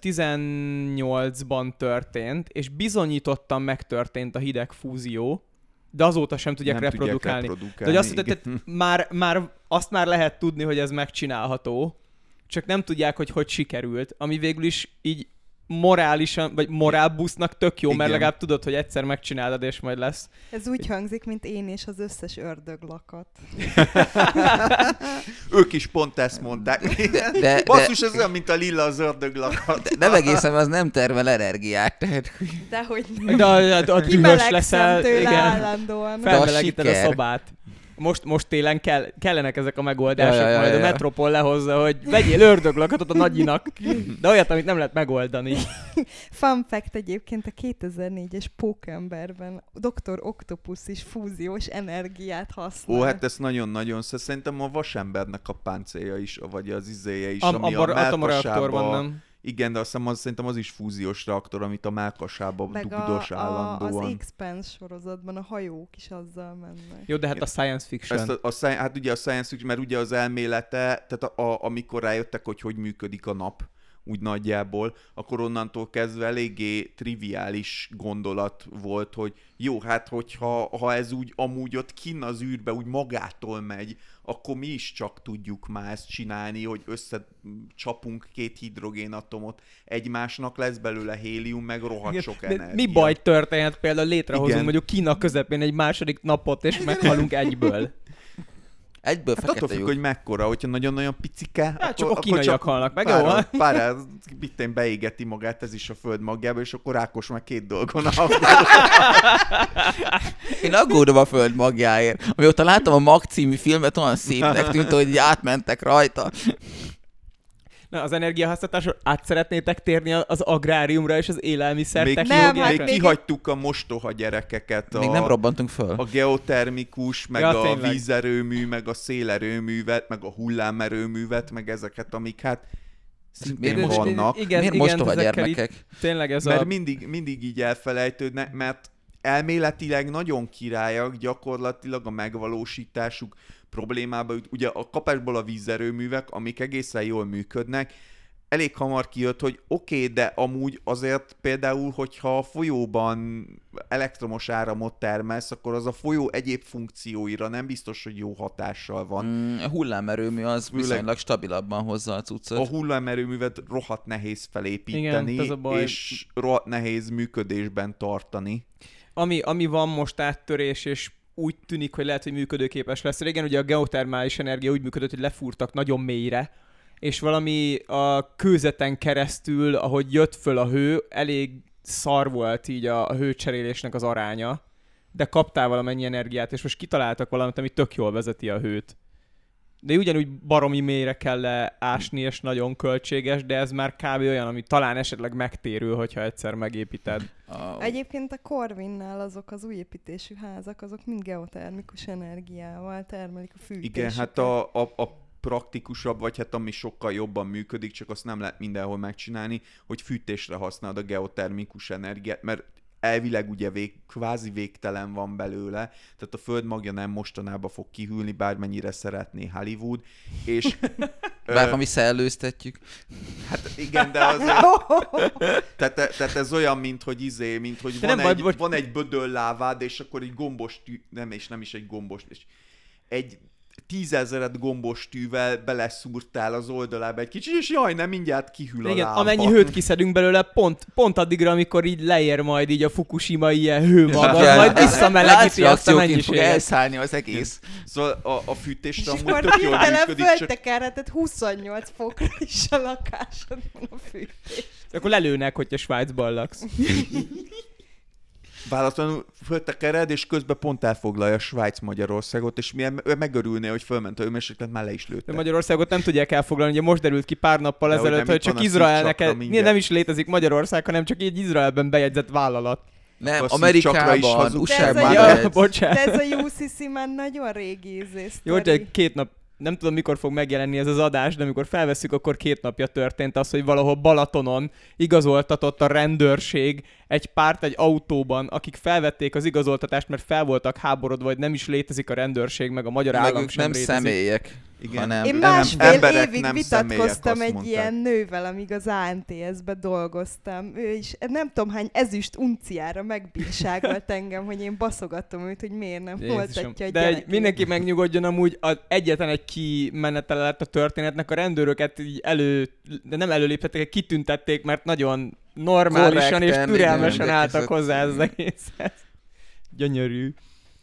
18-ban történt, és bizonyítottan megtörtént a hidegfúzió, de azóta sem tudják reprodukálni. De hogy azt mondta, már azt már lehet tudni, hogy ez megcsinálható, csak nem tudják, hogy sikerült, ami végül is így morálisan, vagy morálbusznak tök jó, igen. Mert legalább tudod, hogy egyszer megcsinálod, és majd lesz. Ez úgy hangzik, mint én és az összes ördöglakat. Ők is pont ezt mondták. Basszus, ez olyan, mint a lila az ördöglakat. De nem egészen, az nem termel energiát. Tehát... Dehogy de a dühös leszel, tőle igen. Állandóan. Felmelegíted a szobát. Most télen kellenek ezek a megoldások, majd a Metropol lehozza, hogy vegyél ördöglakatot a nagyinak, de olyat, amit nem lehet megoldani. Fun fact egyébként a 2004-es Pókemberben Dr. Octopus is fúziós energiát használ. Ó, hát ez nagyon-nagyon szerintem a vasembernek a páncélja is, vagy az izéje is, ami a melkasába Igen, de azt hiszem, szerintem az is fúziós reaktor, amit a mellkasába dugdos állandóan. Az Expanse sorozatban a hajók is azzal mennek. Jó, de hát a science fiction. Hát ugye a science fiction, mert ugye az elmélete, tehát amikor rájöttek, hogy működik a nap, úgy nagyjából, akkor onnantól kezdve eléggé triviális gondolat volt, hogy jó, hát hogyha ez úgy amúgy ott kinn az űrbe úgy magától megy, akkor mi is csak tudjuk már ezt csinálni, hogy összecsapunk 2 hidrogénatomot egymásnak, lesz belőle hélium, meg rohadt sok energia. Mi baj történhet például létrehozunk Igen. mondjuk Kína közepén egy második napot, és meghalunk egyből. Egyből Hát attól fekete függ, lyuk. hogy mekkora, hogyha nagyon-nagyon picike, Hát csak a kínaiak halnak meg, jó? Pár bitten beégeti magát, ez is a föld magjába, és akkor Ákos meg 2 dolgon Én aggódom a föld magjáért. Amióta láttam a Mag című filmet, olyan szépnek tűnt, hogy így átmentek rajta. Na, az energiaháztartásról át szeretnétek térni az agráriumra és az élelmiszer még, technológiákra? még kihagytuk a mostoha gyerekeket. Még nem robbantunk föl. A geotermikus, meg Ja, a tényleg. vízerőmű, meg a szélerőművet, meg a hullámerőművet, meg ezeket, amik hát szintén Miért vannak. Miért mostoha ezekkel gyermekek? Itt, tényleg ez Mert a... mindig így elfelejtődnek, mert elméletileg nagyon királyak, gyakorlatilag a megvalósításuk problémába jut. Ugye a kapásból a vízerőművek, amik egészen jól működnek, elég hamar kijött, hogy oké, de amúgy azért például, hogyha a folyóban elektromos áramot termelsz, akkor az a folyó egyéb funkcióira nem biztos, hogy jó hatással van. A hullámerőmű az viszonylag stabilabban hozza a cuccot. A hullámerőművet rohadt nehéz felépíteni, Igen, ez a baj. és rohadt nehéz működésben tartani. Ami van most áttörés, és úgy tűnik, hogy lehet, hogy működőképes lesz. Régen ugye a geotermális energia úgy működött, hogy lefúrtak nagyon mélyre, és valami a kőzeten keresztül, ahogy jött föl a hő, elég szar volt így a hőcserélésnek az aránya, de kaptál valamennyi energiát, és most kitaláltak valamit, ami tök jól vezeti a hőt. De ugyanúgy baromi mélyre kell ásni, és nagyon költséges, de ez már kb. Olyan, ami talán esetleg megtérül, hogyha egyszer megépíted. Egyébként a Corvinnál azok az új építésű házak, azok mind geotermikus energiával termelik a fűtésüket. Igen, hát a praktikusabb, vagy hát ami sokkal jobban működik, csak azt nem lehet mindenhol megcsinálni, hogy fűtésre használod a geotermikus energiát, mert elvileg ugye kvázi végtelen van belőle, tehát a föld magja nem mostanában fog kihűlni, bármennyire szeretné Hollywood, és... Bár mi szellőztetjük. Hát igen, de azért... tehát ez olyan, mint hogy van egy bödöl lávád, és akkor egy gombos tű... Nem is egy gombos... És egy 10 000 gombos tűvel beleszúrtál az oldalába egy kicsit, és jaj, nem, mindjárt kihűl a Igen, lába. amennyi hőt kiszedünk belőle, pont addigra, amikor így leér majd így a Fukushima ilyen hőmag, az majd visszamelegíti azt a fog mennyiséget. elszállni az egész. Szóval a fűtésre És amúgy akkor tök jól hirtelen működik, csak föltekerheted 28 fokra is a lakásodban a fűtés. Akkor lelőnek, hogyha Svájcban laksz. váratlanul föltekered, és közben pont elfoglalja Svájc-Magyarországot, és milyen megörülné, hogy fölment a hőmérséklet, már le is lőtte. De Magyarországot nem tudják elfoglalni, ugye most derült ki pár nappal De hogy ezelőtt, nem hogy itt van csak a Izraelnek szívcsakra mindjárt. nem is létezik Magyarország, hanem csak egy Izraelben bejegyzett vállalat. Nem, A szívcsakra is Amerikában, hazug. USA-ban. De ez a- Ja, lehet. bocsánat. De ez a UCC már nagyon régi ízés. Jó, hogy 2 nap, nem tudom mikor fog megjelenni ez az adás, de amikor felveszük, akkor 2 napja történt az, hogy valahol Balatonon igazoltatott a rendőrség egy párt egy autóban, akik felvették az igazoltatást, mert fel voltak háborodva, vagy nem is létezik a rendőrség, meg a magyar Meg állam ők sem nem létezik. személyek, Igen. hanem Én Nem, másfél emberek, évig nem vitatkoztam személyek, azt egy mondták. ilyen nővel, amíg az ANTS-be dolgoztam. Ő is nem tudom hány ezüst unciára megbírságolt engem, hogy én baszogatom őt, hogy miért nem Jézusom. voltatja a De gyerekét. mindenki megnyugodjon, amúgy egyetlen egy kimenetele lett a történetnek, a rendőröket így de nem előléptették, kitüntették, mert nagyon normálisan Korrekten, és türelmesen igen, álltak igyekezett. hozzá az egészhez. Gyönyörű.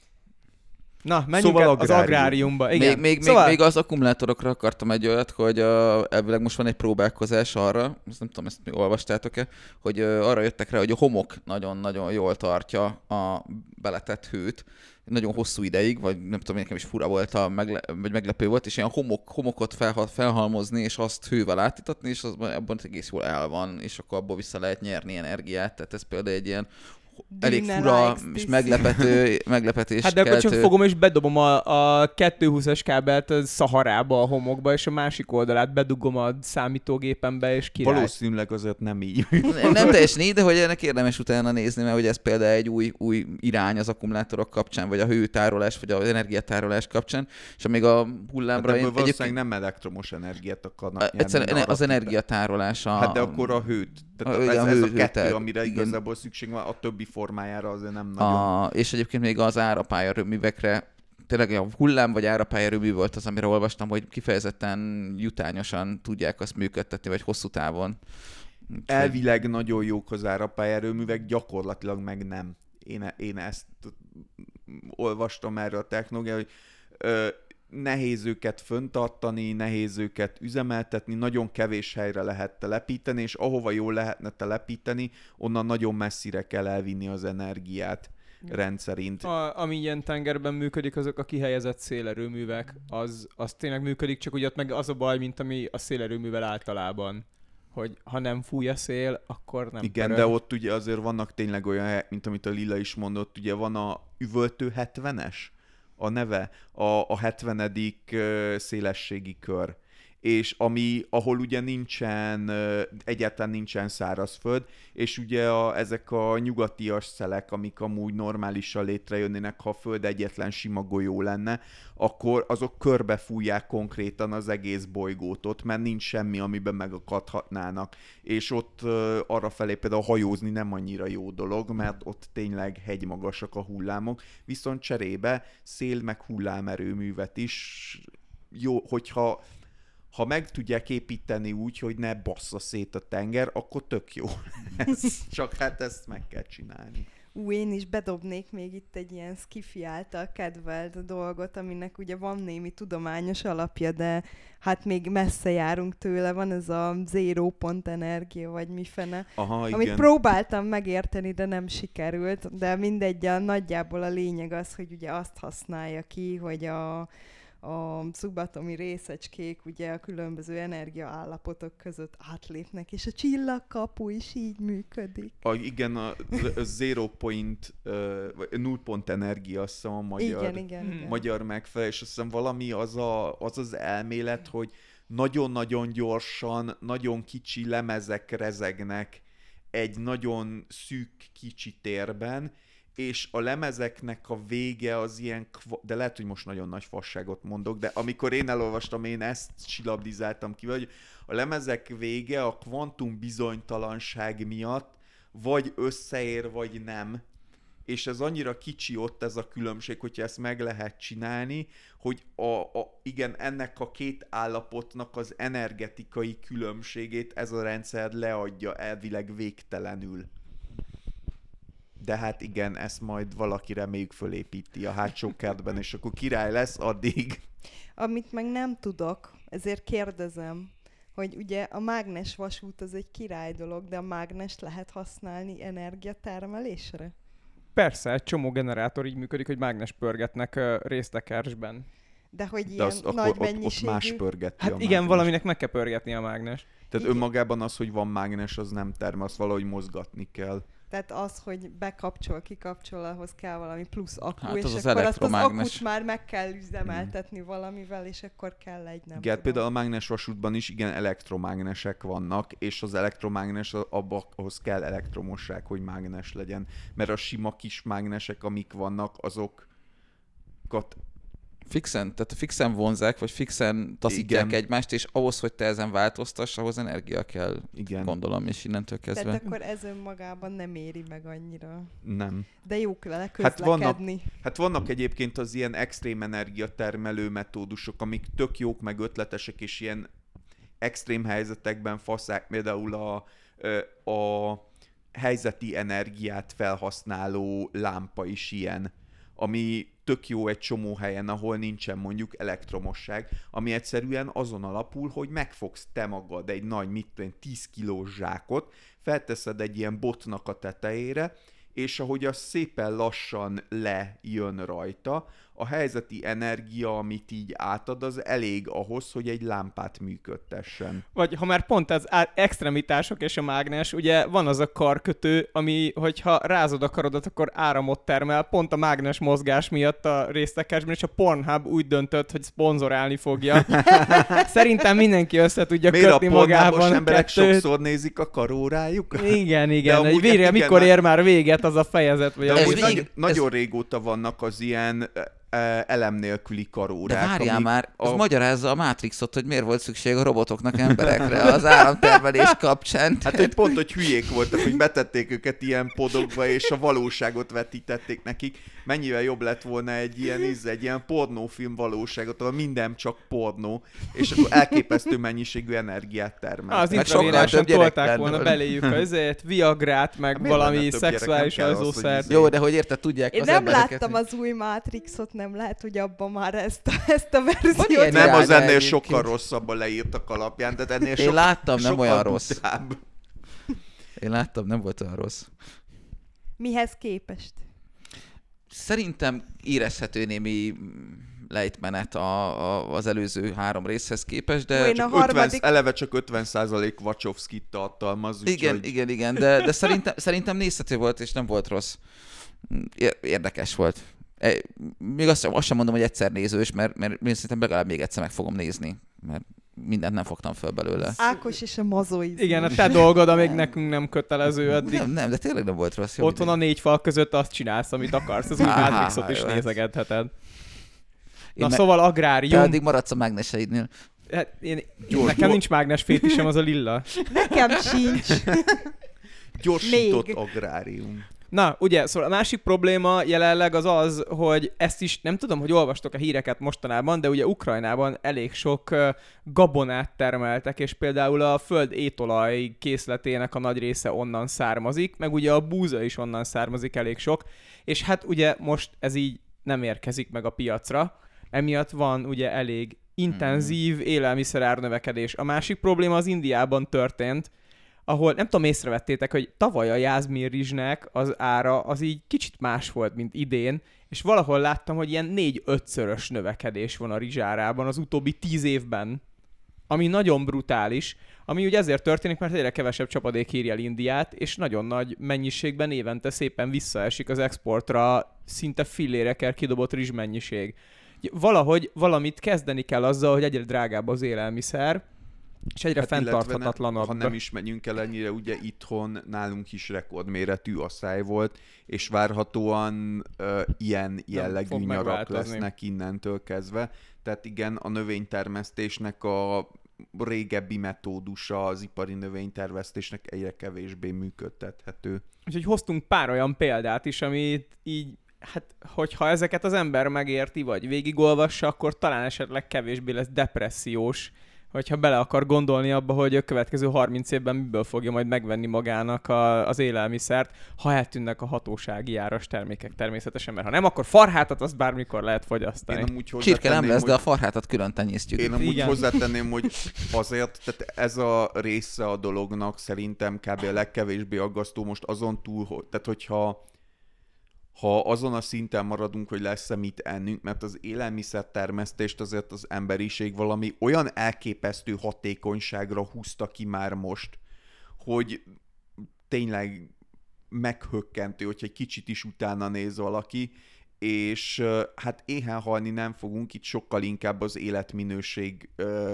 Na, menjünk Szóval az agrárium. agráriumba. Igen. Még az akkumulátorokra akartam egy olyat, hogy elvileg most van egy próbálkozás arra, ezt nem tudom, ezt még olvastátok-e, hogy arra jöttek rá, hogy a homok nagyon-nagyon jól tartja a beletett hőt, nagyon hosszú ideig, vagy nem tudom, nekem is fura volt, vagy meglepő volt, és ilyen homokot felhalmozni, és azt hővel átítatni, és abban egész jól el van, és akkor abból vissza lehet nyerni energiát. Tehát ez például egy ilyen elég Dűne fura likes és this. meglepetés Hát de akkor csak keltő. fogom és bedobom a 220-as kábelt a Szaharába, a homokba, és a másik oldalát bedugom a számítógépembe, és király. Valószínűleg azért nem így. Nem teljesen így, de hogy ennek érdemes utána nézni, mert hogy ez például egy új irány az akkumulátorok kapcsán, vagy a hőtárolás, vagy az energiatárolás kapcsán, és amíg a hullámra... Hát ebből valószínűleg nem elektromos energiát akarnak nyerni. Egyszerűen az energiatárolás Hát de akkor a hőt. Tehát igen, ez a kettő, hőtár, amire igen. igazából szükség van, a többi formájára azért nem nagyon. És egyébként még az árapályarőművekre, tényleg a hullám vagy árapályarőmű volt az, amire olvastam, hogy kifejezetten jutányosan tudják azt működtetni, vagy hosszú távon. Úgyhogy... Elvileg nagyon jók az árapályerőművek, gyakorlatilag meg nem. Én ezt olvastam erről a technológiáról, hogy nehéz őket föntartani, nehéz őket üzemeltetni, nagyon kevés helyre lehet telepíteni, és ahova jól lehetne telepíteni, onnan nagyon messzire kell elvinni az energiát rendszerint. Ami ilyen tengerben működik, azok a kihelyezett szélerőművek, az tényleg működik, csak ugye ott meg az a baj, mint ami a szélerőművel általában, hogy ha nem fúj a szél, akkor nem Igen, pörög. de ott ugye azért vannak tényleg olyan helyek, mint amit a Lilla is mondott, ugye van a üvöltő 70-es, a neve, a 70. szélességi kör. És ahol ugye egyáltalán nincsen szárazföld, és ugye ezek a nyugatias szelek, amik amúgy normálisan létrejönnének, ha a föld egyetlen sima golyó lenne, akkor azok körbefújják konkrétan az egész bolygót ott, mert nincs semmi, amiben megakadhatnának. És ott arrafelé például hajózni nem annyira jó dolog, mert ott tényleg hegymagasak a hullámok, viszont cserébe szél meg hullámerőművet is jó, hogyha meg tudják építeni úgy, hogy ne bassza szét a tenger, akkor tök jó. Csak hát ezt meg kell csinálni. Én is bedobnék még itt egy ilyen skifi által kedvelt dolgot, aminek ugye van némi tudományos alapja, de hát még messze járunk tőle, van ez a zero pont energia, vagy mifene, amit igen. próbáltam megérteni, de nem sikerült, de mindegy, nagyjából a lényeg az, hogy ugye azt használja ki, hogy a szubatomi részecskék ugye a különböző energiaállapotok között átlépnek, és a csillagkapu is így működik. Igen, a zero point, vagy null pont energia, azt hiszem a Igen. magyar megfelelő, és azt hiszem valami az elmélet, hogy nagyon-nagyon gyorsan, nagyon kicsi lemezek rezegnek egy nagyon szűk kicsi térben, és a lemezeknek a vége az ilyen, de lehet, hogy most nagyon nagy fasságot mondok, de amikor én elolvastam, én ezt silabdizáltam ki, hogy a lemezek vége a kvantum bizonytalanság miatt vagy összeér, vagy nem. És ez annyira kicsi ott ez a különbség, hogyha ezt meg lehet csinálni, hogy igen, ennek a két állapotnak az energetikai különbségét ez a rendszer leadja elvileg végtelenül. De hát igen, ezt majd valaki reméljük fölépíti a hátsó kertben, és akkor király lesz addig. Amit meg nem tudok, ezért kérdezem, hogy ugye a mágnes vasút az egy király dolog, de a mágnest lehet használni energiatermelésre? Persze, egy csomó generátor így működik, hogy mágnes pörgetnek résztekersben. De hogy De ilyen nagy ott mennyiségű... más pörgeti Hát a igen, mágnes. valaminek meg kell pörgetni a mágnes. Tehát önmagában az, hogy van mágnes, az nem termel, azt valahogy mozgatni kell. Tehát az, hogy bekapcsol, kikapcsol, ahhoz kell valami plusz akku, Hát és az az akkor azt az elektromágnes. akut már meg kell üzemeltetni valamivel, és akkor kell egy nem Igen, tudom. például a mágnes vasútban is igen elektromágnesek vannak, és az elektromágnes ahhoz kell elektromosság, hogy mágnes legyen. Mert a sima kis mágnesek, amik vannak, azokat fixen vonzák, vagy fixen taszítják Igen. egymást, és ahhoz, hogy te ezen változtass, ahhoz energia kell, igen, gondolom, és innentől kezdve. Tehát akkor ez önmagában nem éri meg annyira. nem. De jók vele Hát közlekedni. Hát vannak egyébként az ilyen extrém energiatermelő metódusok, amik tök jók, meg ötletesek, és ilyen extrém helyzetekben faszák, például a helyzeti energiát felhasználó lámpa is ilyen, ami tök jó egy csomó helyen, ahol nincsen mondjuk elektromosság, ami egyszerűen azon alapul, hogy megfogsz te magad egy nagy, 10 kilós zsákot, felteszed egy ilyen botnak a tetejére, és ahogy az szépen lassan lejön rajta, a helyzeti energia, amit így átad, az elég ahhoz, hogy egy lámpát működtessen. Vagy ha már pont az extremitások és a mágnes, ugye van az a karkötő, ami, hogyha rázod a karodat, akkor áramot termel, pont a mágnes mozgás miatt a résztekesben, és a Pornhub úgy döntött, hogy szponzorálni fogja. Szerintem mindenki össze tudja kötni magában Miért a emberek kettőt. sokszor nézik a karórájuk? Igen, amúgy hogy végre, igen, mikor ér már véget az a fejezet, vagy De az amúgy végig- nagyon régóta vannak az ilyen elem nélküli karórák. De várjál amik már, ez magyarázza a Matrixot, hogy miért volt szükség a robotoknak emberekre az áramtermelés kapcsán. Hát, hogy pont, hogy hülyék voltak, hogy betették őket ilyen podokba, és a valóságot vetítették nekik. Mennyivel jobb lett volna egy ilyen pornófilm valóságot, ahol minden csak pornó, és akkor elképesztő mennyiségű energiát termel. Az Meg sokkal intravénáson több gyerek tolták lenne volna belőle. beléjük azért, Viagrát, meg Hát miért valami lenne több gyerek? szexuális Nem kell az, hogy alzószert. Jó, de hogy érted, tudják Én az nem embereket. láttam az új Matrixot, nem lehet, hogy abban már ezt a Van verziót. ilyen Nem, az irány ennél egyébként. sokkal rosszabb a leírtak alapján, de ennél Én láttam, nem sokkal olyan rossz. butább. Én láttam, nem volt olyan rossz. Mihez képest? Szerintem érezhető némi lejtmenet az előző 3 részhez képest, de... Én a harmadik... Eleve csak 50% Wachowskit tartalmaz. Igen, de szerintem nézhető volt, és nem volt rossz. Érdekes volt. Még azt sem mondom, hogy egyszer nézős, mert én szerintem legalább még egyszer meg fogom nézni, mert mindent nem fogtam föl belőle. Ákos és a mazoizmus. Igen, a te dolgod, amíg nekünk nem kötelező addig. Nem, de tényleg nem volt rossz. Jó, Otthon a 4 fal között azt csinálsz, amit akarsz. Az új Áhá, Matrixot is jó, hát. nézegetheted. Én Na szóval Te agrárium. addig maradsz a mágneseidnél. Hát nekem nincs mágnes fétisem, az a lilla. Nekem sincs. Gyorsított Még. agrárium. Na, ugye, szóval a másik probléma jelenleg az, hogy ezt is, nem tudom, hogy olvastok a híreket mostanában, de ugye Ukrajnában elég sok gabonát termeltek, és például a föld étolaj készletének a nagy része onnan származik, meg ugye a búza is onnan származik elég sok, és hát ugye most ez így nem érkezik meg a piacra, emiatt van ugye elég intenzív élelmiszerárnövekedés. A másik probléma az Indiában történt, ahol nem tudom, észrevettétek, hogy tavaly a jázmin rizsnek az ára az így kicsit más volt, mint idén, és valahol láttam, hogy ilyen 4-5-szörös növekedés van a rizsárában az utóbbi 10 évben, ami nagyon brutális, ami ugye ezért történik, mert egyre kevesebb csapadék írja el Indiát, és nagyon nagy mennyiségben évente szépen visszaesik az exportra, szinte fillérekkel kidobott rizsmennyiség. Valahogy valamit kezdeni kell azzal, hogy egyre drágább az élelmiszer, és egyre fenntarthatatlanabb. Ha nem is megyünk el ennyire, ugye itthon nálunk is rekordméretű asszály volt, és várhatóan ilyen jellegű fog nyarak megváltozni. lesznek innentől kezdve. Tehát igen, a növénytermesztésnek a régebbi metódusa az ipari növénytermesztésnek egyre kevésbé működtethető. Úgyhogy hoztunk pár olyan példát is, amit így, hát hogyha ezeket az ember megérti, vagy végigolvassa, akkor talán esetleg kevésbé lesz depressziós, hogyha bele akar gondolni abba, hogy a következő 30 évben miből fogja majd megvenni magának az élelmiszert, ha eltűnnek a hatósági áras termékek természetesen, mert ha nem, akkor farhátat azt bármikor lehet fogyasztani. Én amúgy Csirke nem hozzátenném, lesz, de a hogy- farhátat külön tenyésztjük. Én amúgy Igen. hozzátenném, hogy azért, tehát ez a része a dolognak szerintem kb. A legkevésbé aggasztó most azon túl, tehát hogyha azon a szinten maradunk, hogy lesz-e mit ennünk, mert az élelmiszertermesztést azért az emberiség valami olyan elképesztő hatékonyságra húzta ki már most, hogy tényleg meghökkentő, hogyha egy kicsit is utána néz valaki, és hát éhen halni nem fogunk, itt sokkal inkább az életminőség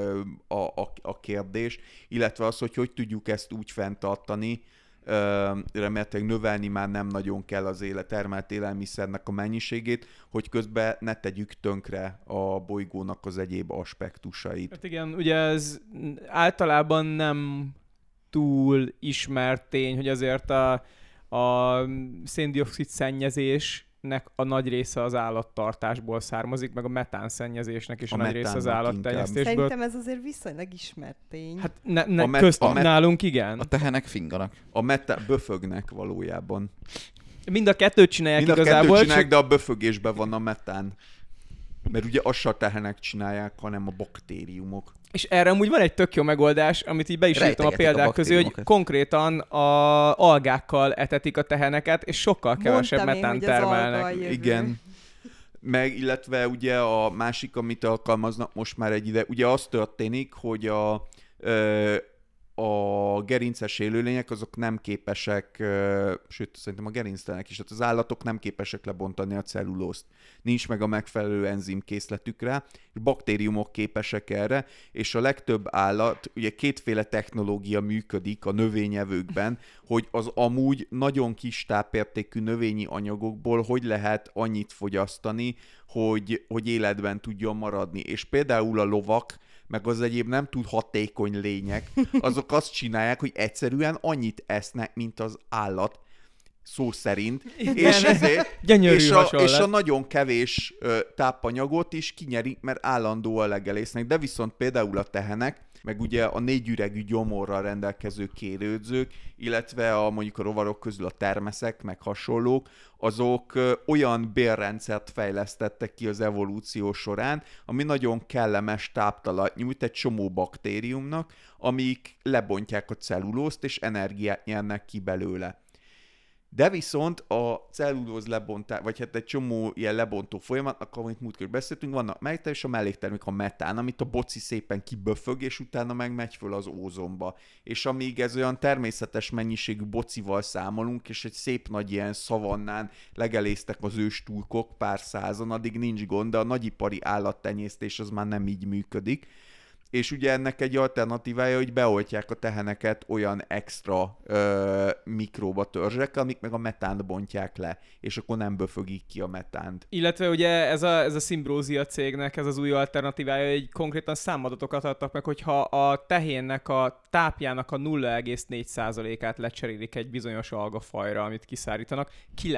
a kérdés, illetve az, hogy tudjuk ezt úgy fenntartani, remélhetőleg növelni már nem nagyon kell az termelt élelmiszernek a mennyiségét, hogy közben ne tegyük tönkre a bolygónak az egyéb aspektusait. Hát igen, ugye ez általában nem túl ismert tény, hogy azért a széndioxid szennyezésnek a nagy része az állattartásból származik, meg a metán szennyezésnek is a nagy része az metánnak állattenyésztésből. Szerintem ez azért viszonylag ismert tény. Hát nálunk igen. A tehenek finganak. Böfögnek valójában. Mind a kettőt csinálják Mind a igazából. kettőt csinálják, de a böfögésben van a metán. Mert ugye azt se a tehenek csinálják, hanem a baktériumok. És erre amúgy van egy tök jó megoldás, amit így be is írtam a Rejtegetik példák a közé, hogy baktériumokat. konkrétan algákkal etetik a teheneket, és sokkal kevesebb Mondtam én, metán hogy az alga a termelnek. jövő. Igen. Meg illetve ugye a másik, amit alkalmaznak most már egy ide, ugye az történik, hogy a gerinces élőlények azok nem képesek, sőt, szerintem a gerinctelenek is, tehát az állatok nem képesek lebontani a cellulózt. Nincs meg a megfelelő enzimkészletük rá, és baktériumok képesek erre, és a legtöbb állat, ugye kétféle technológia működik a növényevőkben, hogy az amúgy nagyon kis tápértékű növényi anyagokból hogy lehet annyit fogyasztani, hogy életben tudjon maradni. És például a lovak, meg az egyéb nem túl hatékony lények, azok azt csinálják, hogy egyszerűen annyit esznek, mint az állat, szó szerint, és a nagyon kevés tápanyagot is kinyerik, mert állandóan legelésznek. De viszont például a tehenek, meg ugye a 4 üregű gyomorral rendelkező kérődzők, illetve mondjuk a rovarok közül a termeszek, meg hasonlók, azok olyan bélrendszert fejlesztettek ki az evolúció során, ami nagyon kellemes táptalajt nyújt egy csomó baktériumnak, amik lebontják a cellulózt, és energiát nyernek ki belőle. De viszont a cellulóz lebontás, vagy hát egy csomó ilyen lebontó folyamatnak, amit múltkor beszéltünk, vannak melléktermék, és a melléktermék a metán, amit a boci szépen kiböfög, és utána meg megy föl az ózonba. És amíg ez olyan természetes mennyiségű bocival számolunk, és egy szép nagy ilyen szavannán legelésztek az őstúlkok pár százan, addig nincs gond, de a nagyipari állattenyésztés az már nem így működik. És ugye ennek egy alternatívája, hogy beoltják a teheneket olyan extra mikróba törzsekkel, amik meg a metánt bontják le, és akkor nem böfögik ki a metánt. Illetve ugye ez a Symbrosia cégnek ez az új alternatívája, hogy konkrétan számadatokat adtak meg, hogyha a tehénnek a tápjának a 0,4%-át lecserélik egy bizonyos algafajra, amit kiszárítanak,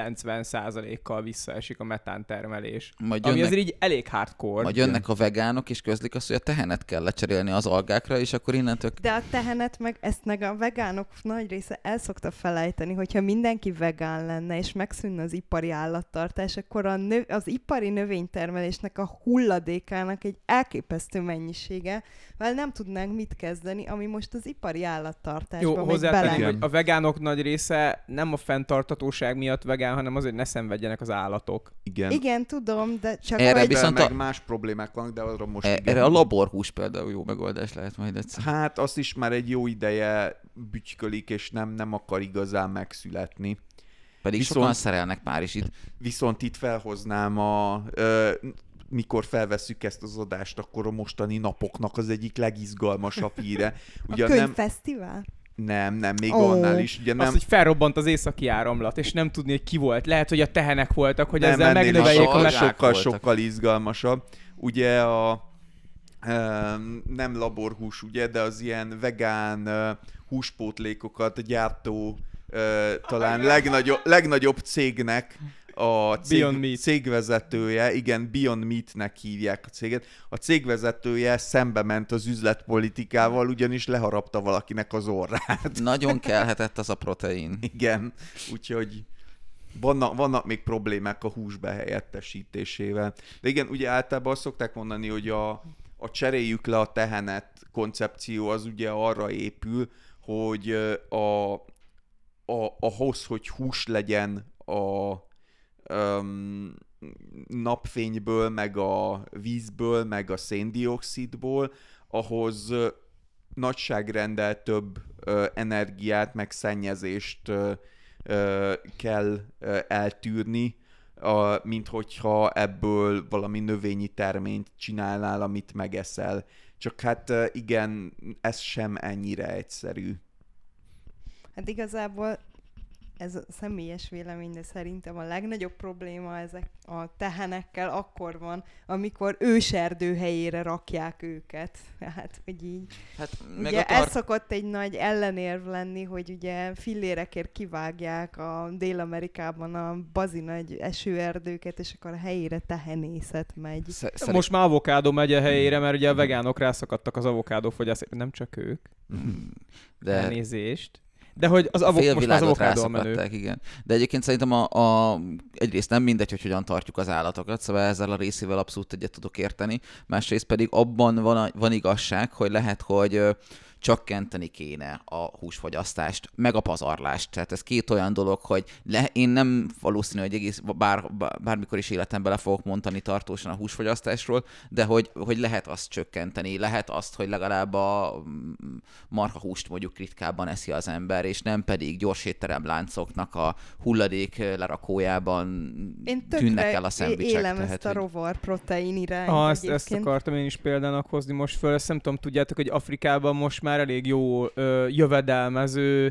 90%-kal visszaesik a metántermelés. Ami azért így elég hardcore. Majd jönnek a vegánok, és közlik azt, hogy a tehenet kell lecserélni az algákra, és akkor innentől... De a tehenet ezt meg a vegánok nagy része el szokta felejteni, hogyha mindenki vegán lenne, és megszűnne az ipari állattartás, akkor az ipari növénytermelésnek a hulladékának egy elképesztő mennyisége, mert nem tudnánk mit kezdeni, ami most az ipari állattartásba megy bele. Hogy a vegánok nagy része nem a fenntarthatóság miatt vegán, hanem azért, hogy ne szenvedjenek az állatok. Igen, tudom, de csak... Erre viszont meg más problémák vannak, de arra most erre a laborhús például jó megoldás lehet majd egyszer. Hát azt is már egy jó ideje bütykölik, és nem akar igazán megszületni. Pedig sokan szerelnek Párizsit. Viszont itt felhoznám mikor felvesszük ezt az adást, akkor a mostani napoknak az egyik legizgalmasabb híre. Ugye a könyvfesztivál? Nem, még annál is. Ugye az, hogy felrobbant az északi áramlat, és nem tudni, hogy ki volt. Lehet, hogy a tehenek voltak, hogy ezzel megnöveljék a metán. Sokkal izgalmasabb. Ugye nem laborhús, ugye, de az ilyen vegán húspótlékokat gyártó talán legnagyobb cégnek a cégvezetője, igen, Beyond Meat-nek hívják a céget. A cégvezetője szembe ment az üzletpolitikával, ugyanis leharapta valakinek az orrát. Nagyon kellhetett az a protein. Igen, úgyhogy vannak még problémák a hús behelyettesítésével. De igen, ugye általában azt szokták mondani, hogy a cseréljük le a tehenet koncepció az ugye arra épül, hogy ahhoz, hogy hús legyen a napfényből, meg a vízből, meg a széndioxidból, ahhoz nagyságrendel több energiát, meg szennyezést kell eltűrni, mint hogyha ebből valami növényi terményt csinálnál, amit megeszel. Csak hát igen, ez sem ennyire egyszerű. Hát igazából ez a személyes vélemény, de szerintem a legnagyobb probléma ezek a tehenekkel akkor van, amikor őserdő helyére rakják őket. Hát, hogy így. Hát, ugye ez szokott egy nagy ellenérv lenni, hogy ugye fillérekért kivágják a Dél-Amerikában a bazi nagy esőerdőket, és akkor a helyére tehenészet megy. Most már avokádó megy a helyére, mert ugye a vegánok rászakadtak az avokádófogyásztásra. Nem csak ők. De elnézést. De hogy az most az avokádó menő. Igen. De egyébként szerintem egyrészt nem mindegy, hogy hogyan tartjuk az állatokat, szóval ezzel a részével abszolút egyet tudok érteni. Másrészt pedig abban van igazság, hogy lehet, hogy csökkenteni kéne a húsfogyasztást, meg a pazarlást. Tehát ez két olyan dolog, hogy én nem valószínű, hogy egész bármikor is életemben le fogok mondani tartósan a húsfogyasztásról, de hogy lehet azt csökkenteni, lehet azt, hogy legalább a marhahúst mondjuk ritkábban eszi az ember, és nem pedig gyors étteremláncoknak a hulladék lerakójában tűnnek el a szendvicsek. Én élem ezt a rovar protein irányt. Ezt akartam én is példának hozni most föl. Ezt nem tudom, tudjátok, hogy Afrikában most már elég jó jövedelmező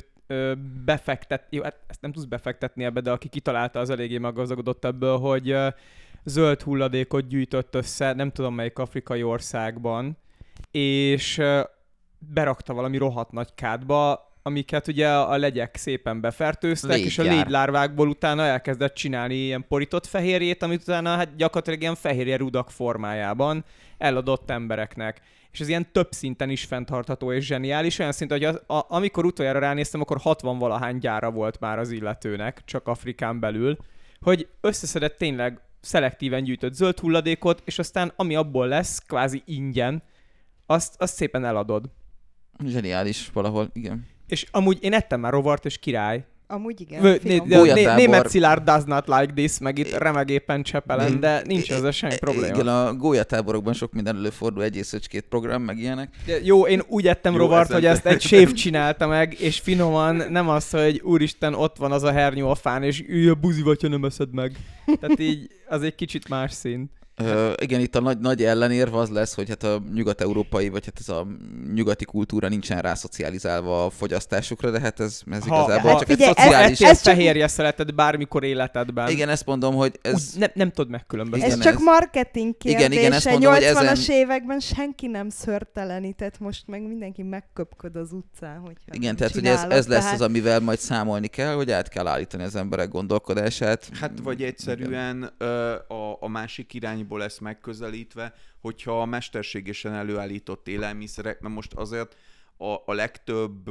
jó, hát ezt nem tudsz befektetni ebbe, de aki kitalálta, az eléggé meggazdagodott ebből, hogy zöld hulladékot gyűjtött össze, nem tudom melyik afrikai országban, és berakta valami rohadt nagy kádba, amiket ugye a legyek szépen befertőztek, és a légylárvákból utána elkezdett csinálni ilyen porított fehérjét, amit utána hát gyakorlatilag ilyen fehérje rudak formájában eladott embereknek. És ez ilyen több szinten is fenntartható és zseniális, olyan szinten, hogy amikor utoljára ránéztem, akkor 60-valahány gyára volt már az illetőnek, csak Afrikán belül, hogy összeszedett tényleg szelektíven gyűjtött zöld hulladékot, és aztán ami abból lesz, kvázi ingyen, azt szépen eladod. Zseniális valahol, igen. És amúgy én ettem már rovart, és király. Amúgy igen. Német Szilárd does not like this, meg itt remegéppen Csepelen, de nincs ezzel semmi probléma. Igen, a gólyatáborokban sok minden előfordul, egy észöcskét program, meg ilyenek. Jó, én úgy ettem rovart, hogy ezt egy séf csinálta meg, és finoman, nem az, hogy úristen, ott van az a hernyó a fán, és a buzi vagy, ha nem eszed meg. Tehát így az egy kicsit más szint. Igen, itt a nagy ellenérv az lesz, hogy hát a nyugat-európai, vagy hát ez a nyugati kultúra nincsen rászocializálva a fogyasztásukra, de hát ez igazából csak egy szociális... Ez fehérje szereted bármikor életedben. Igen, ezt mondom, hogy ez... Nem tudod megkülönböztetni. Ez csak marketing kérdése. Igen, ezt mondom, 80-as években senki nem szőrtelenített, most meg mindenki megköpköd az utcán, hogyha igen, tehát hogy ez lesz az, amivel majd számolni kell, hogy át kell állítani az emberek gondolkodását. Hát vagy egyszerűen a másik irányból ezt megközelítve, hogyha a mesterségesen előállított élelmiszerek, mert most azért a legtöbb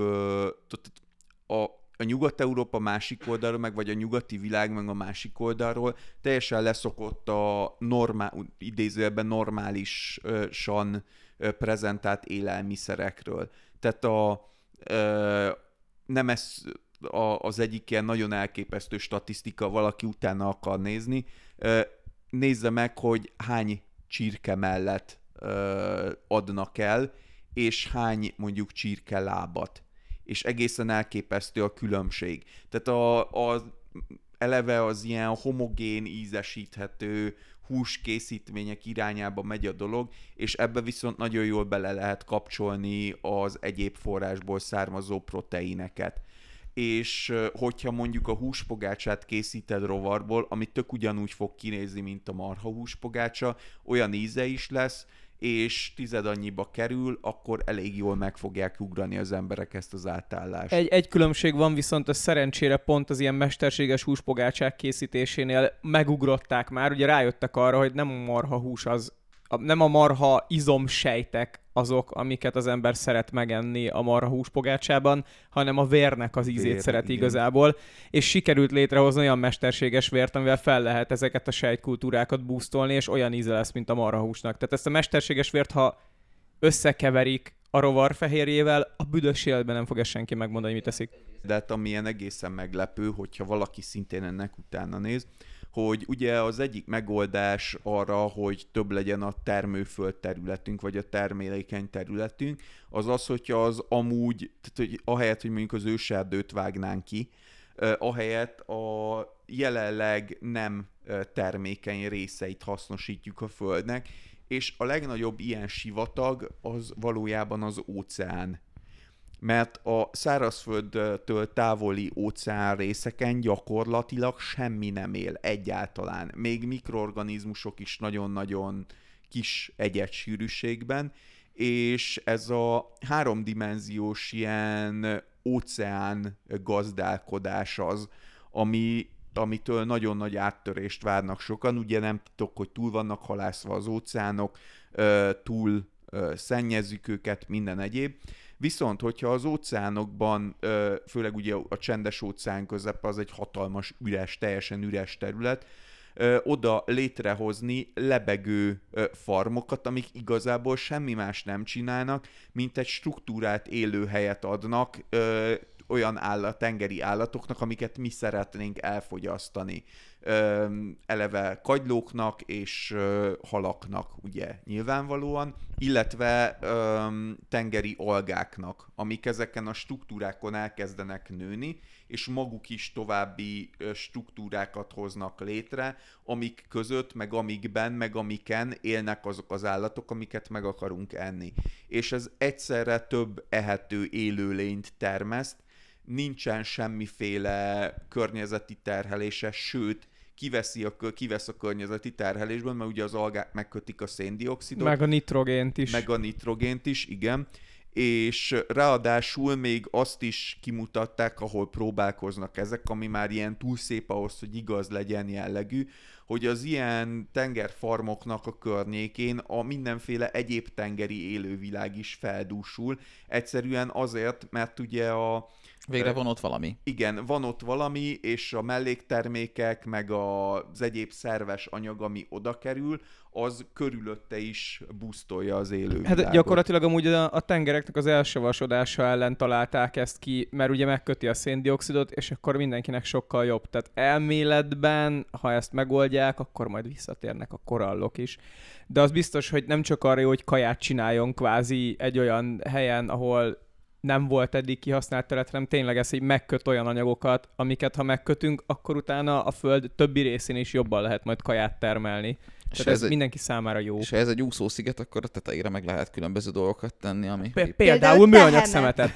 a Nyugat-Európa másik oldalról, meg vagy a nyugati világ, meg a másik oldalról teljesen leszokott a idézőjelben normálisan prezentált élelmiszerekről. Tehát nem ez az egyik ilyen nagyon elképesztő statisztika, valaki utána akar nézni, nézze meg, hogy hány csirke mellett adnak el, és hány mondjuk csirke lábat. És egészen elképesztő a különbség. Tehát eleve az ilyen homogén, ízesíthető húskészítmények irányába megy a dolog, és ebbe viszont nagyon jól bele lehet kapcsolni az egyéb forrásból származó proteineket. És hogyha mondjuk a húspogácsát készíted rovarból, ami tök ugyanúgy fog kinézni, mint a marha húspogácsa, olyan íze is lesz, és 10 annyiba kerül, akkor elég jól meg fogják ugrani az emberek ezt az átállást. Egy különbség van, viszont az szerencsére pont az ilyen mesterséges húspogácsák készítésénél megugrották már, ugye rájöttek arra, hogy nem a marha hús nem a marha izomsejtek azok, amiket az ember szeret megenni a marha húspogácsában, hanem a vérnek az ízét szeret igazából, és sikerült létrehozni olyan mesterséges vért, amivel fel lehet ezeket a sejtkultúrákat boostolni, és olyan íze lesz, mint a marhahúsnak. Tehát ezt a mesterséges vért, ha összekeverik a rovar fehérjével, a büdös életben nem fogja senki megmondani, hogy mit teszik. De hát amilyen egészen meglepő, hogyha valaki szintén ennek utána néz, hogy ugye az egyik megoldás arra, hogy több legyen a termőföld területünk, vagy a termékeny területünk, az, hogyha az amúgy, tehát hogy ahelyett, hogy mondjuk az őserdőt vágnánk ki, ahelyett a jelenleg nem termékeny részeit hasznosítjuk a földnek, és a legnagyobb ilyen sivatag az valójában az óceán. Mert a szárazföldtől távoli óceán részeken gyakorlatilag semmi nem él egyáltalán. Még mikroorganizmusok is nagyon-nagyon kis egyedssűrűségben, és ez a háromdimenziós ilyen óceán gazdálkodás az, amitől nagyon nagy áttörést várnak sokan. Ugye nem tudok, hogy túl vannak halászva az óceánok, túl szennyezzük őket, minden egyéb. Viszont, hogyha az óceánokban, főleg ugye a csendes óceán közepe az egy hatalmas üres, teljesen üres terület, oda létrehozni lebegő farmokat, amik igazából semmi más nem csinálnak, mint egy struktúrált élőhelyet adnak olyan tengeri állatoknak, amiket mi szeretnénk elfogyasztani. Eleve kagylóknak és halaknak, ugye, nyilvánvalóan, illetve tengeri algáknak, amik ezeken a struktúrákon elkezdenek nőni, és maguk is további struktúrákat hoznak létre, amik között, meg amikben, meg amiken élnek azok az állatok, amiket meg akarunk enni. És ez egyszerre több ehető élőlényt termeszt, nincsen semmiféle környezeti terhelése, sőt, kivesz a környezeti terhelésből, mert ugye az algák megkötik a széndioxidot. Meg a nitrogént is. Meg a nitrogént is, igen. És ráadásul még azt is kimutatták, ahol próbálkoznak ezek, ami már ilyen túl szép ahhoz, hogy igaz legyen jellegű, hogy az ilyen tengerfarmoknak a környékén a mindenféle egyéb tengeri élővilág is feldúsul. Egyszerűen azért, mert ugye végre van ott valami. Igen, van ott valami, és a melléktermékek, meg az egyéb szerves anyag, ami oda kerül, az körülötte is busztolja az élővilágot. Hát gyakorlatilag amúgy a tengereknek az elsavasodása ellen találták ezt ki, mert ugye megköti a széndioxidot, és akkor mindenkinek sokkal jobb. Tehát elméletben, ha ezt megoldják, akkor majd visszatérnek a korallok is. De az biztos, hogy nem csak arra jó, hogy kaját csináljon kvázi egy olyan helyen, ahol nem volt eddig kihasznált terület, hanem tényleg ez, hogy megköt olyan anyagokat, amiket ha megkötünk, akkor utána a föld többi részén is jobban lehet majd kaját termelni. Tehát ez mindenki számára jó. És ha ez egy úszósziget, akkor a tetejére meg lehet különböző dolgokat tenni, ami... Például műanyag szemetet.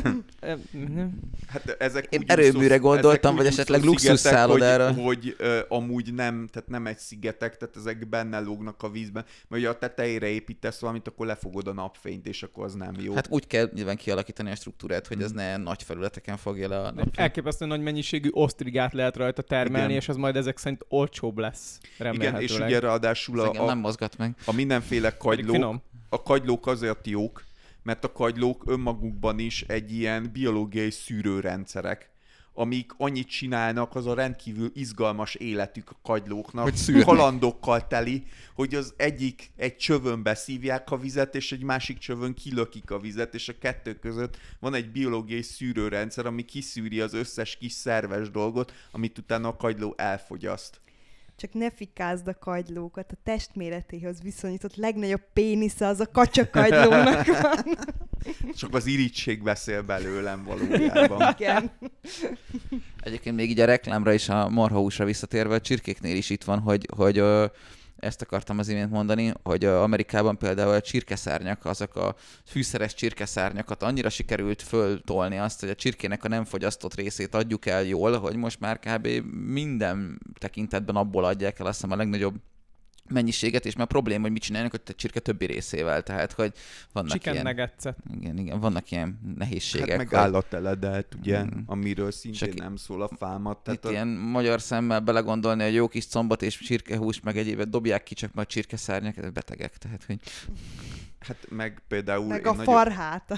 Hát ezek én erőműre gondoltam, vagy esetleg luxusszállodára. Hogy amúgy nem, tehát nem egy szigetek, tehát ezek benne lógnak a vízben, mert ugye a tetejére építesz valamit, akkor lefogod a napfényt, és akkor az nem jó. Hát úgy kell nyilván kialakítani a struktúrát, hogy ez ne nagy felületeken fogja le a napfényt. Elképesztően nagy mennyiségű osztrigát lehet rajta termelni, igen. És az majd ezek szerint olcsóbb lesz. Igen, és ugye ráadásul nem mozgat meg. A mindenféle kagylók, a kagylók azért jók, mert a kagylók önmagukban is egy ilyen biológiai szűrőrendszerek, amik annyit csinálnak, az a rendkívül izgalmas életük a kagylóknak, kalandokkal teli, hogy az egyik egy csövönbe szívják a vizet, és egy másik csövön kilökik a vizet, és a kettő között van egy biológiai szűrőrendszer, ami kiszűri az összes kis szerves dolgot, amit utána a kagyló elfogyaszt. Csak ne fikázd a kagylókat, a testméretéhez viszonyított legnagyobb pénisze az a kacsakagylónak van. Csak az irigység beszél belőlem valójában. Igen. Egyébként még így a reklámra és a marhahúsra visszatérve, a csirkéknél is itt van, hogy ezt akartam az imént mondani, hogy Amerikában például a csirkeszárnyak, azok a fűszeres csirkeszárnyakat annyira sikerült föltolni azt, hogy a csirkének a nem fogyasztott részét adjuk el jól, hogy most már kb. Minden tekintetben abból adják el azt hiszem a legnagyobb mennyiséget, és már probléma, hogy mit csinálnak, hogy a csirke többi részével, tehát hogy vannak chicken ilyen... nuggets-et. Igen, vannak ilyen nehézségek. Hát meg hogy... állateledelt, ugye, amiről szintén nem szól a fámat. Tehát itt ilyen magyar szemmel belegondolni, hogy jó kis combot és csirkehús, meg egyébet dobják ki, csak majd csirkeszárnyak, ez betegek, tehát hogy... Hát meg például... Meg a farhát.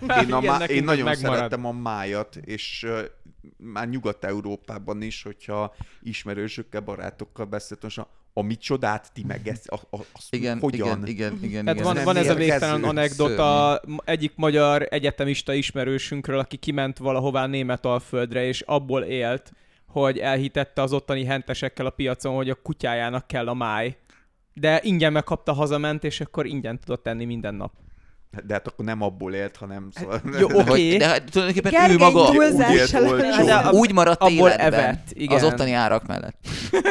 Én nagyon szeretem a májat, és már Nyugat-Európában is, hogyha ismerősökkel, barátokkal beszéltem, a micsodát ti meg ezt, igen, hogyan? Igen. Hát van ez a végtelen anekdota egyik magyar egyetemista ismerősünkről, aki kiment valahová Németalföldre, és abból élt, hogy elhitette az ottani hentesekkel a piacon, hogy a kutyájának kell a máj. De ingyen megkapta, hazament, és akkor ingyen tudott tenni minden nap. De hát akkor nem abból élt, hanem... Szóval... Jó, oké. De hát tulajdonképpen ő maga úgy maradt abból életben evett, igen. az ottani árak mellett.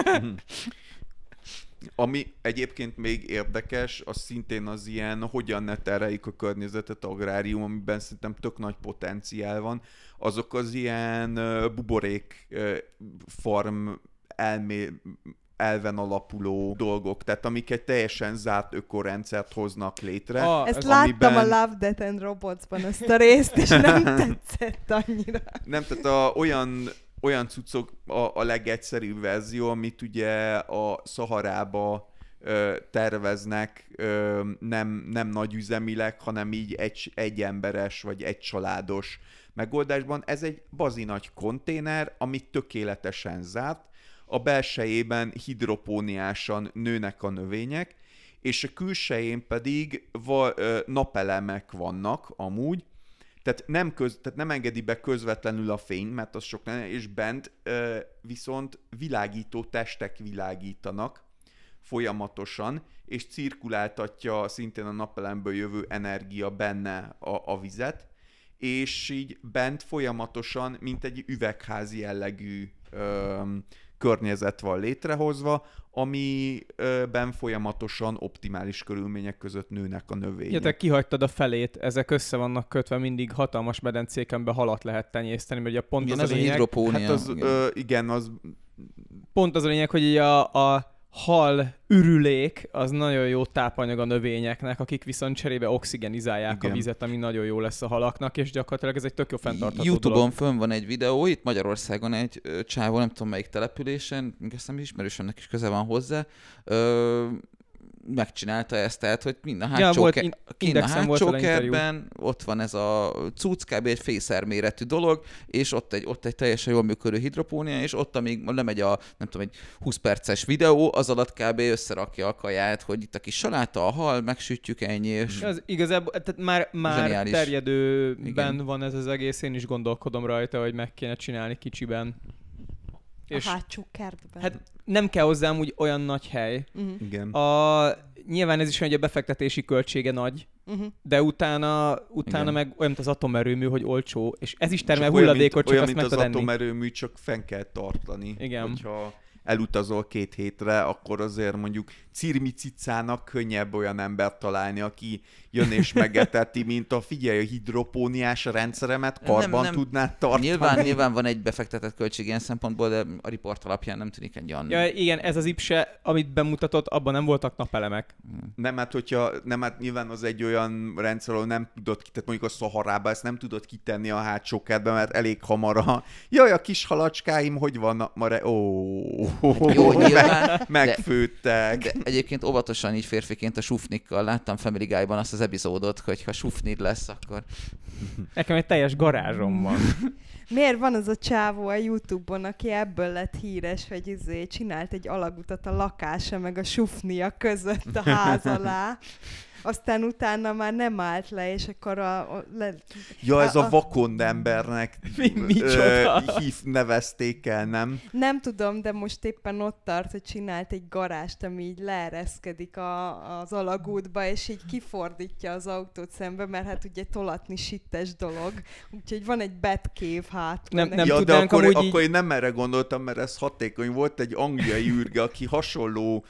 Ami egyébként még érdekes, az szintén az ilyen, hogyan ne tereljük a környezetet, agrárium, amiben szerintem tök nagy potenciál van. Azok az ilyen buborék farm elven alapuló dolgok, tehát amik egy teljesen zárt ökorendszert hoznak létre. Ezt láttam a Love, Death and Robots-ban ezt a részt, és nem tetszett annyira. Nem, tehát olyan cuccok a legegyszerűbb verzió, amit ugye a Szaharába terveznek, nem nagyüzemileg, hanem így egy emberes vagy egy családos megoldásban. Ez egy bazi nagy konténer, amit tökéletesen zárt, a belsejében hidropóniásan nőnek a növények, és a külsején pedig napelemek vannak amúgy, tehát nem engedi be közvetlenül a fény, mert az sok lenne, és bent viszont világító testek világítanak folyamatosan, és cirkuláltatja szintén a napelemből jövő energia benne a vizet, és így bent folyamatosan, mint egy üvegházi jellegű környezet van létrehozva, amiben folyamatosan optimális körülmények között nőnek a növények. Ja, te kihagytad a felét, ezek össze vannak kötve, mindig hatalmas medencéken be halat lehet tenyészteni, mert ugye pont igen, az a lényeg... hidropónia. Hát az, igen, az... Pont az a lényeg, hogy a hal ürülék az nagyon jó tápanyag a növényeknek, akik viszont cserébe oxigenizálják a vizet, ami nagyon jó lesz a halaknak, és gyakorlatilag ez egy tök jó fenntartható YouTube-on dolog. fönn van egy videó, itt Magyarországon egy csávó, nem tudom melyik településen, aztán ismerősömnek is köze van hozzá, megcsinálta ezt, tehát, hogy minden hátsó kertben ott van ez a cucc, kb. Egy fészerméretű dolog, és ott egy teljesen jól működő hidropónia, és ott, amíg lemegy nem tudom, egy 20 perces videó, az alatt kb. Összerakja a kaját, hogy itt a kis saláta, a hal, megsütjük, ennyi, és... Az igazából, tehát már terjedőben van ez az egész, én is gondolkodom rajta, hogy meg kéne csinálni kicsiben. A hátsó kertben. Hát nem kell hozzám úgy olyan nagy hely. Igen. Nyilván ez is olyan, hogy a befektetési költsége nagy, de utána meg olyan, mint az atomerőmű, hogy olcsó, és ez is termel hulladékot, csak azt meg tud enni. Olyan, mint az atomerőmű, csak fenn kell tartani. Igen. Hogyha elutazol 2 hétre, akkor azért mondjuk cirmicicának könnyebb olyan embert találni, aki jön és megeteti, mint a hidropóniás rendszeremet karban tudnád tartani. Nyilván van egy befektetett költség ilyen szempontból, de a riport alapján nem tűnik egy olyan... Ja, igen, ez az IPSE, amit bemutatott, abban nem voltak napelemek. Hát nyilván az egy olyan rendszer, ahol nem tudod tehát mondjuk a Szaharában ezt nem tudod kitenni a hátsó kertbe, mert elég hamar a kis halacskáim, hogy vannak ma Jó, nyilván, megfőttek. De egyébként óvatosan így férfiként a sufnikkal láttam Family Guy-ban azt az epizódot, hogy ha sufnid lesz, akkor... Nekem egy teljes garázsom van. Miért van az a csávó a YouTube-on, aki ebből lett híres, hogy csinált egy alagutat a lakása meg a sufnia között a ház alá, aztán utána már nem állt le, és akkor ez a vakond embernek nevezték el, nem? Nem tudom, de most éppen ott tart, hogy csinált egy garást, ami így leereszkedik az alagútba, és így kifordítja az autót szembe, mert hát ugye tolatni sittes dolog. Úgyhogy van egy Batcave hátul. De akkor én nem erre gondoltam, mert ez hatékony. Volt egy angliai űrge, aki hasonló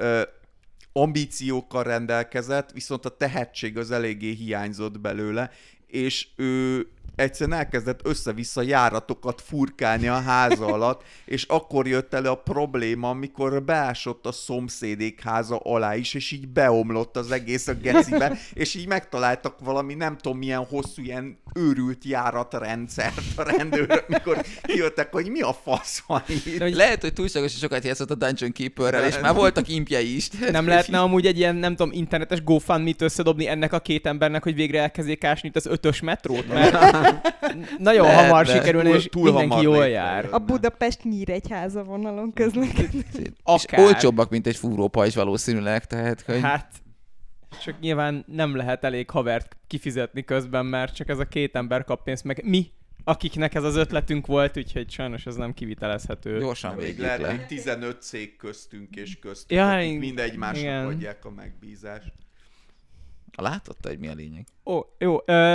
ambíciókkal rendelkezett, viszont a tehetség az eléggé hiányzott belőle, és ő egyszerűen elkezdett össze-vissza járatokat furkálni a háza alatt, és akkor jött elő a probléma, amikor beásott a szomszédék háza alá is, és így beomlott az egész a gecibe, és így megtaláltak valami nem tudom milyen hosszú, ilyen őrült járatrendszert a rendőrök, mikor kijöttek, hogy mi a fasz van itt. Lehet, hogy túlságosan sokat játszott a Dungeon Keeperrel, és már voltak impjei is. Nem lehetne amúgy egy ilyen, nem tudom, internetes GoFundMe-t összedobni ennek a 2 embernek, hogy végre elkezdjék ásni itt az 5-ös metrót, mert nagyon hamar sikerülne, és mindenki jól jár. A Budapest-Nyíregyháza vonalon közlekedik. És olcsóbbak, mint egy fúrópajzs valószínűleg, tehát hogy... Hát, csak nyilván nem lehet elég havert kifizetni közben, mert csak ez a 2 ember kap pénzt, meg mi, akiknek ez az ötletünk volt, úgyhogy sajnos ez nem kivitelezhető. Gyorsan végjük le. Lehet 15 cég köztünk és köztük, akik mindegy másnak adják a megbízást. Látotta, hogy mi a lényeg? Jó.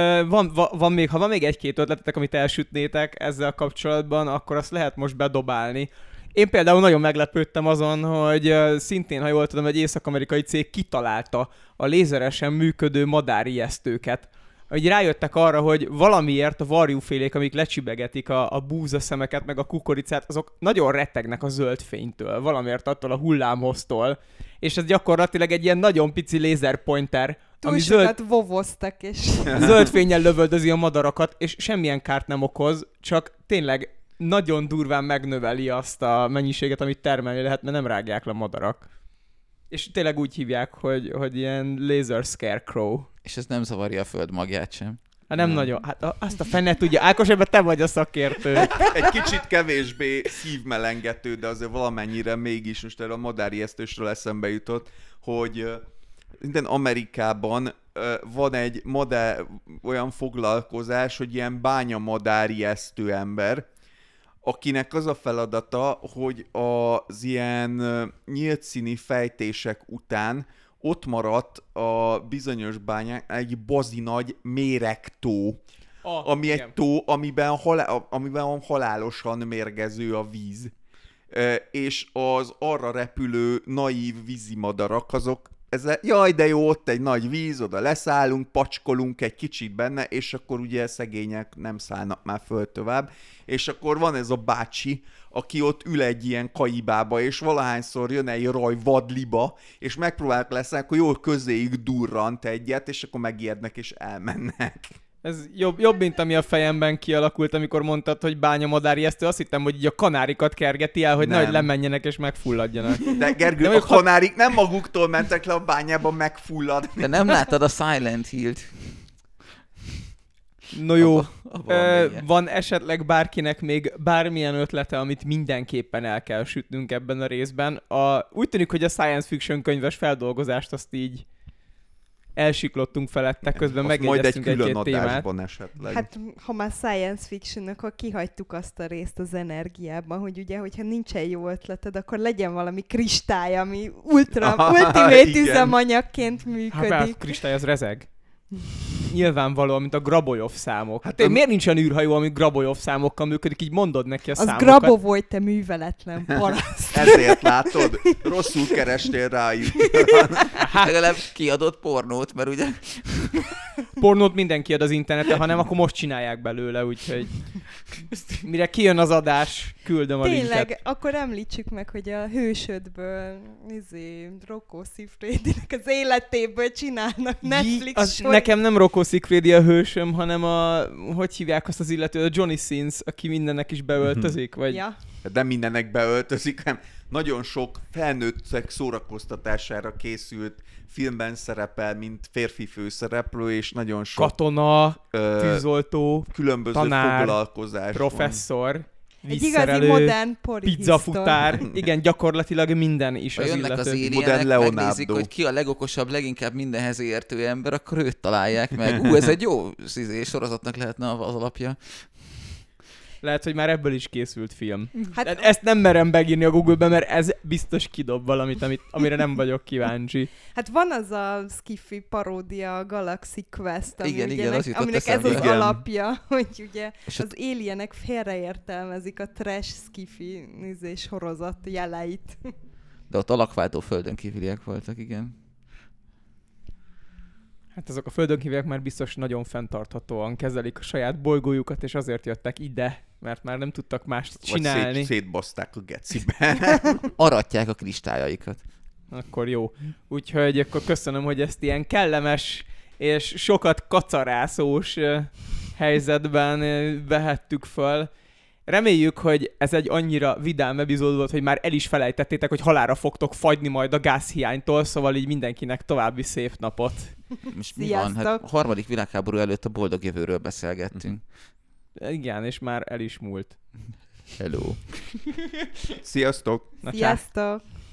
Ha van még 1-2 ötletetek, amit elsütnétek ezzel kapcsolatban, akkor azt lehet most bedobálni. Én például nagyon meglepődtem azon, hogy szintén, ha jól tudom, egy észak-amerikai cég kitalálta a lézeresen működő madárijesztőket. Hogy rájöttek arra, hogy valamiért a varjúfélék, amik lecsibegetik a búzaszemeket, meg a kukoricát, azok nagyon rettegnek a zöld fénytől, valamiért attól a hullámhoztól. És ez gyakorlatilag egy ilyen nagyon pici lézerpointer, ami sokat vovoztak, és zöld fénnyel lövöldözi a madarakat, és semmilyen kárt nem okoz, csak tényleg nagyon durván megnöveli azt a mennyiséget, amit termelni lehet, mert nem rágják le madarak. És tényleg úgy hívják, hogy ilyen laser scarecrow. És ez nem zavarja a föld magját sem. Nem nagyon. Hát azt a fene tudja. Ákos, ebben te vagy a szakértő. Egy kicsit kevésbé szívmelengető, de azért valamennyire mégis, most erre a madárijesztősről eszembe jutott, hogy minden Amerikában van egy olyan foglalkozás, hogy ilyen bányamadárijesztő ember, akinek az a feladata, hogy az ilyen nyílt színi fejtések után ott maradt a bizonyos bányák egy bazinagy méregtó, ami igen. egy tó, amiben halálosan mérgező a víz. És az arra repülő naív vízimadarak, azok jaj, de jó, ott egy nagy víz, oda leszállunk, pacskolunk egy kicsit benne, és akkor ugye szegények nem szállnak már föl tovább, és akkor van ez a bácsi, aki ott ül egy ilyen kaibába, és valahányszor jön egy raj vadliba, és megpróbálnak leszállni, akkor jól közéig durrant egyet, és akkor megijednek, és elmennek. Ez jobb, mint ami a fejemben kialakult, amikor mondtad, hogy bányamadárijesztő. Azt hittem, hogy így a kanárikat kergeti el, hogy nehogy lemenjenek és megfulladjanak. De Gergő, a kanárik nem maguktól mentek le a bányába megfulladni. De nem láttad a Silent Hill-t? No jó, abba van esetleg bárkinek még bármilyen ötlete, amit mindenképpen el kell sütnünk ebben a részben. Úgy tűnik, hogy a science fiction könyves feldolgozást azt így elsiklottunk felette, közben megjegyeztünk egy-két témát. Majd egy külön adásban esetleg. Hát, ha már science fiction, akkor kihagytuk azt a részt az energiában, hogy ugye, hogyha nincsen jó ötleted, akkor legyen valami kristály, ami ultimate üzemanyagként működik. Hát a kristály az rezeg. Nyilvánvalóan, mint a Grabojov számok. Hát miért nincs olyan űrhajó, ami Grabojov számokkal működik? Így mondod neki a számokat. Az Grabovoj, te műveletlen paraszt. Ezért látod? Rosszul kerestél rájuk. Hát legalább kiadott pornót, mert ugye... Pornót mindenki ad az interneten, hanem akkor most csinálják belőle, úgyhogy mire kijön az adás, küldöm a linket. Tényleg, akkor említsük meg, hogy a hősödből Rocco Siffredinek az életéből csinálnak Netflix sor. Nekem nem Rocco Siffredi a hősöm, hanem hogy hívják azt az illetőt, a Johnny Sins, aki mindennek is beöltözik, vagy... Ja. De mindennek beöltözik, hanem nagyon sok felnőttek szórakoztatására készült filmben szerepel, mint férfi főszereplő, és nagyon sok katona, tűzoltó, különböző tanár, foglalkozás professzor, egy igazi modern pizzafutár. Igen, gyakorlatilag minden is az jönnek illető. Az alienek, megnézik, hogy ki a legokosabb, leginkább mindenhez értő ember, akkor őt találják meg. Ez egy jó sorozatnak lehetne az alapja. Lehet, hogy már ebből is készült film. Hát, ezt nem merem begírni a Google-be, mert ez biztos kidob valamit, amire nem vagyok kíváncsi. Hát van az a skiffy paródia, a Galaxy Quest, aminek ez az alapja, hogy ugye az alienek félreértelmezik a trash skiffy sorozat jeleit. De ott alakváltó földön kívüliek voltak, igen. Hát azok a földön kívüliek már biztos nagyon fenntarthatóan kezelik a saját bolygójukat, és azért jöttek ide, mert már nem tudtak mást csinálni. Vagy szétbaszták a gecibe. Aratják a kristályaikat. Akkor jó. Úgyhogy akkor köszönöm, hogy ezt ilyen kellemes és sokat kacarászós helyzetben vehettük föl. Reméljük, hogy ez egy annyira vidám epizód volt, hogy már el is felejtettétek, hogy halálra fogtok fagyni majd a gázhiánytól, szóval így mindenkinek további szép napot. Most mi van? Hát a harmadik világháború előtt a boldog jövőről beszélgettünk. Igen, és már el is múlt. Hello. Sziasztok! Sziasztok!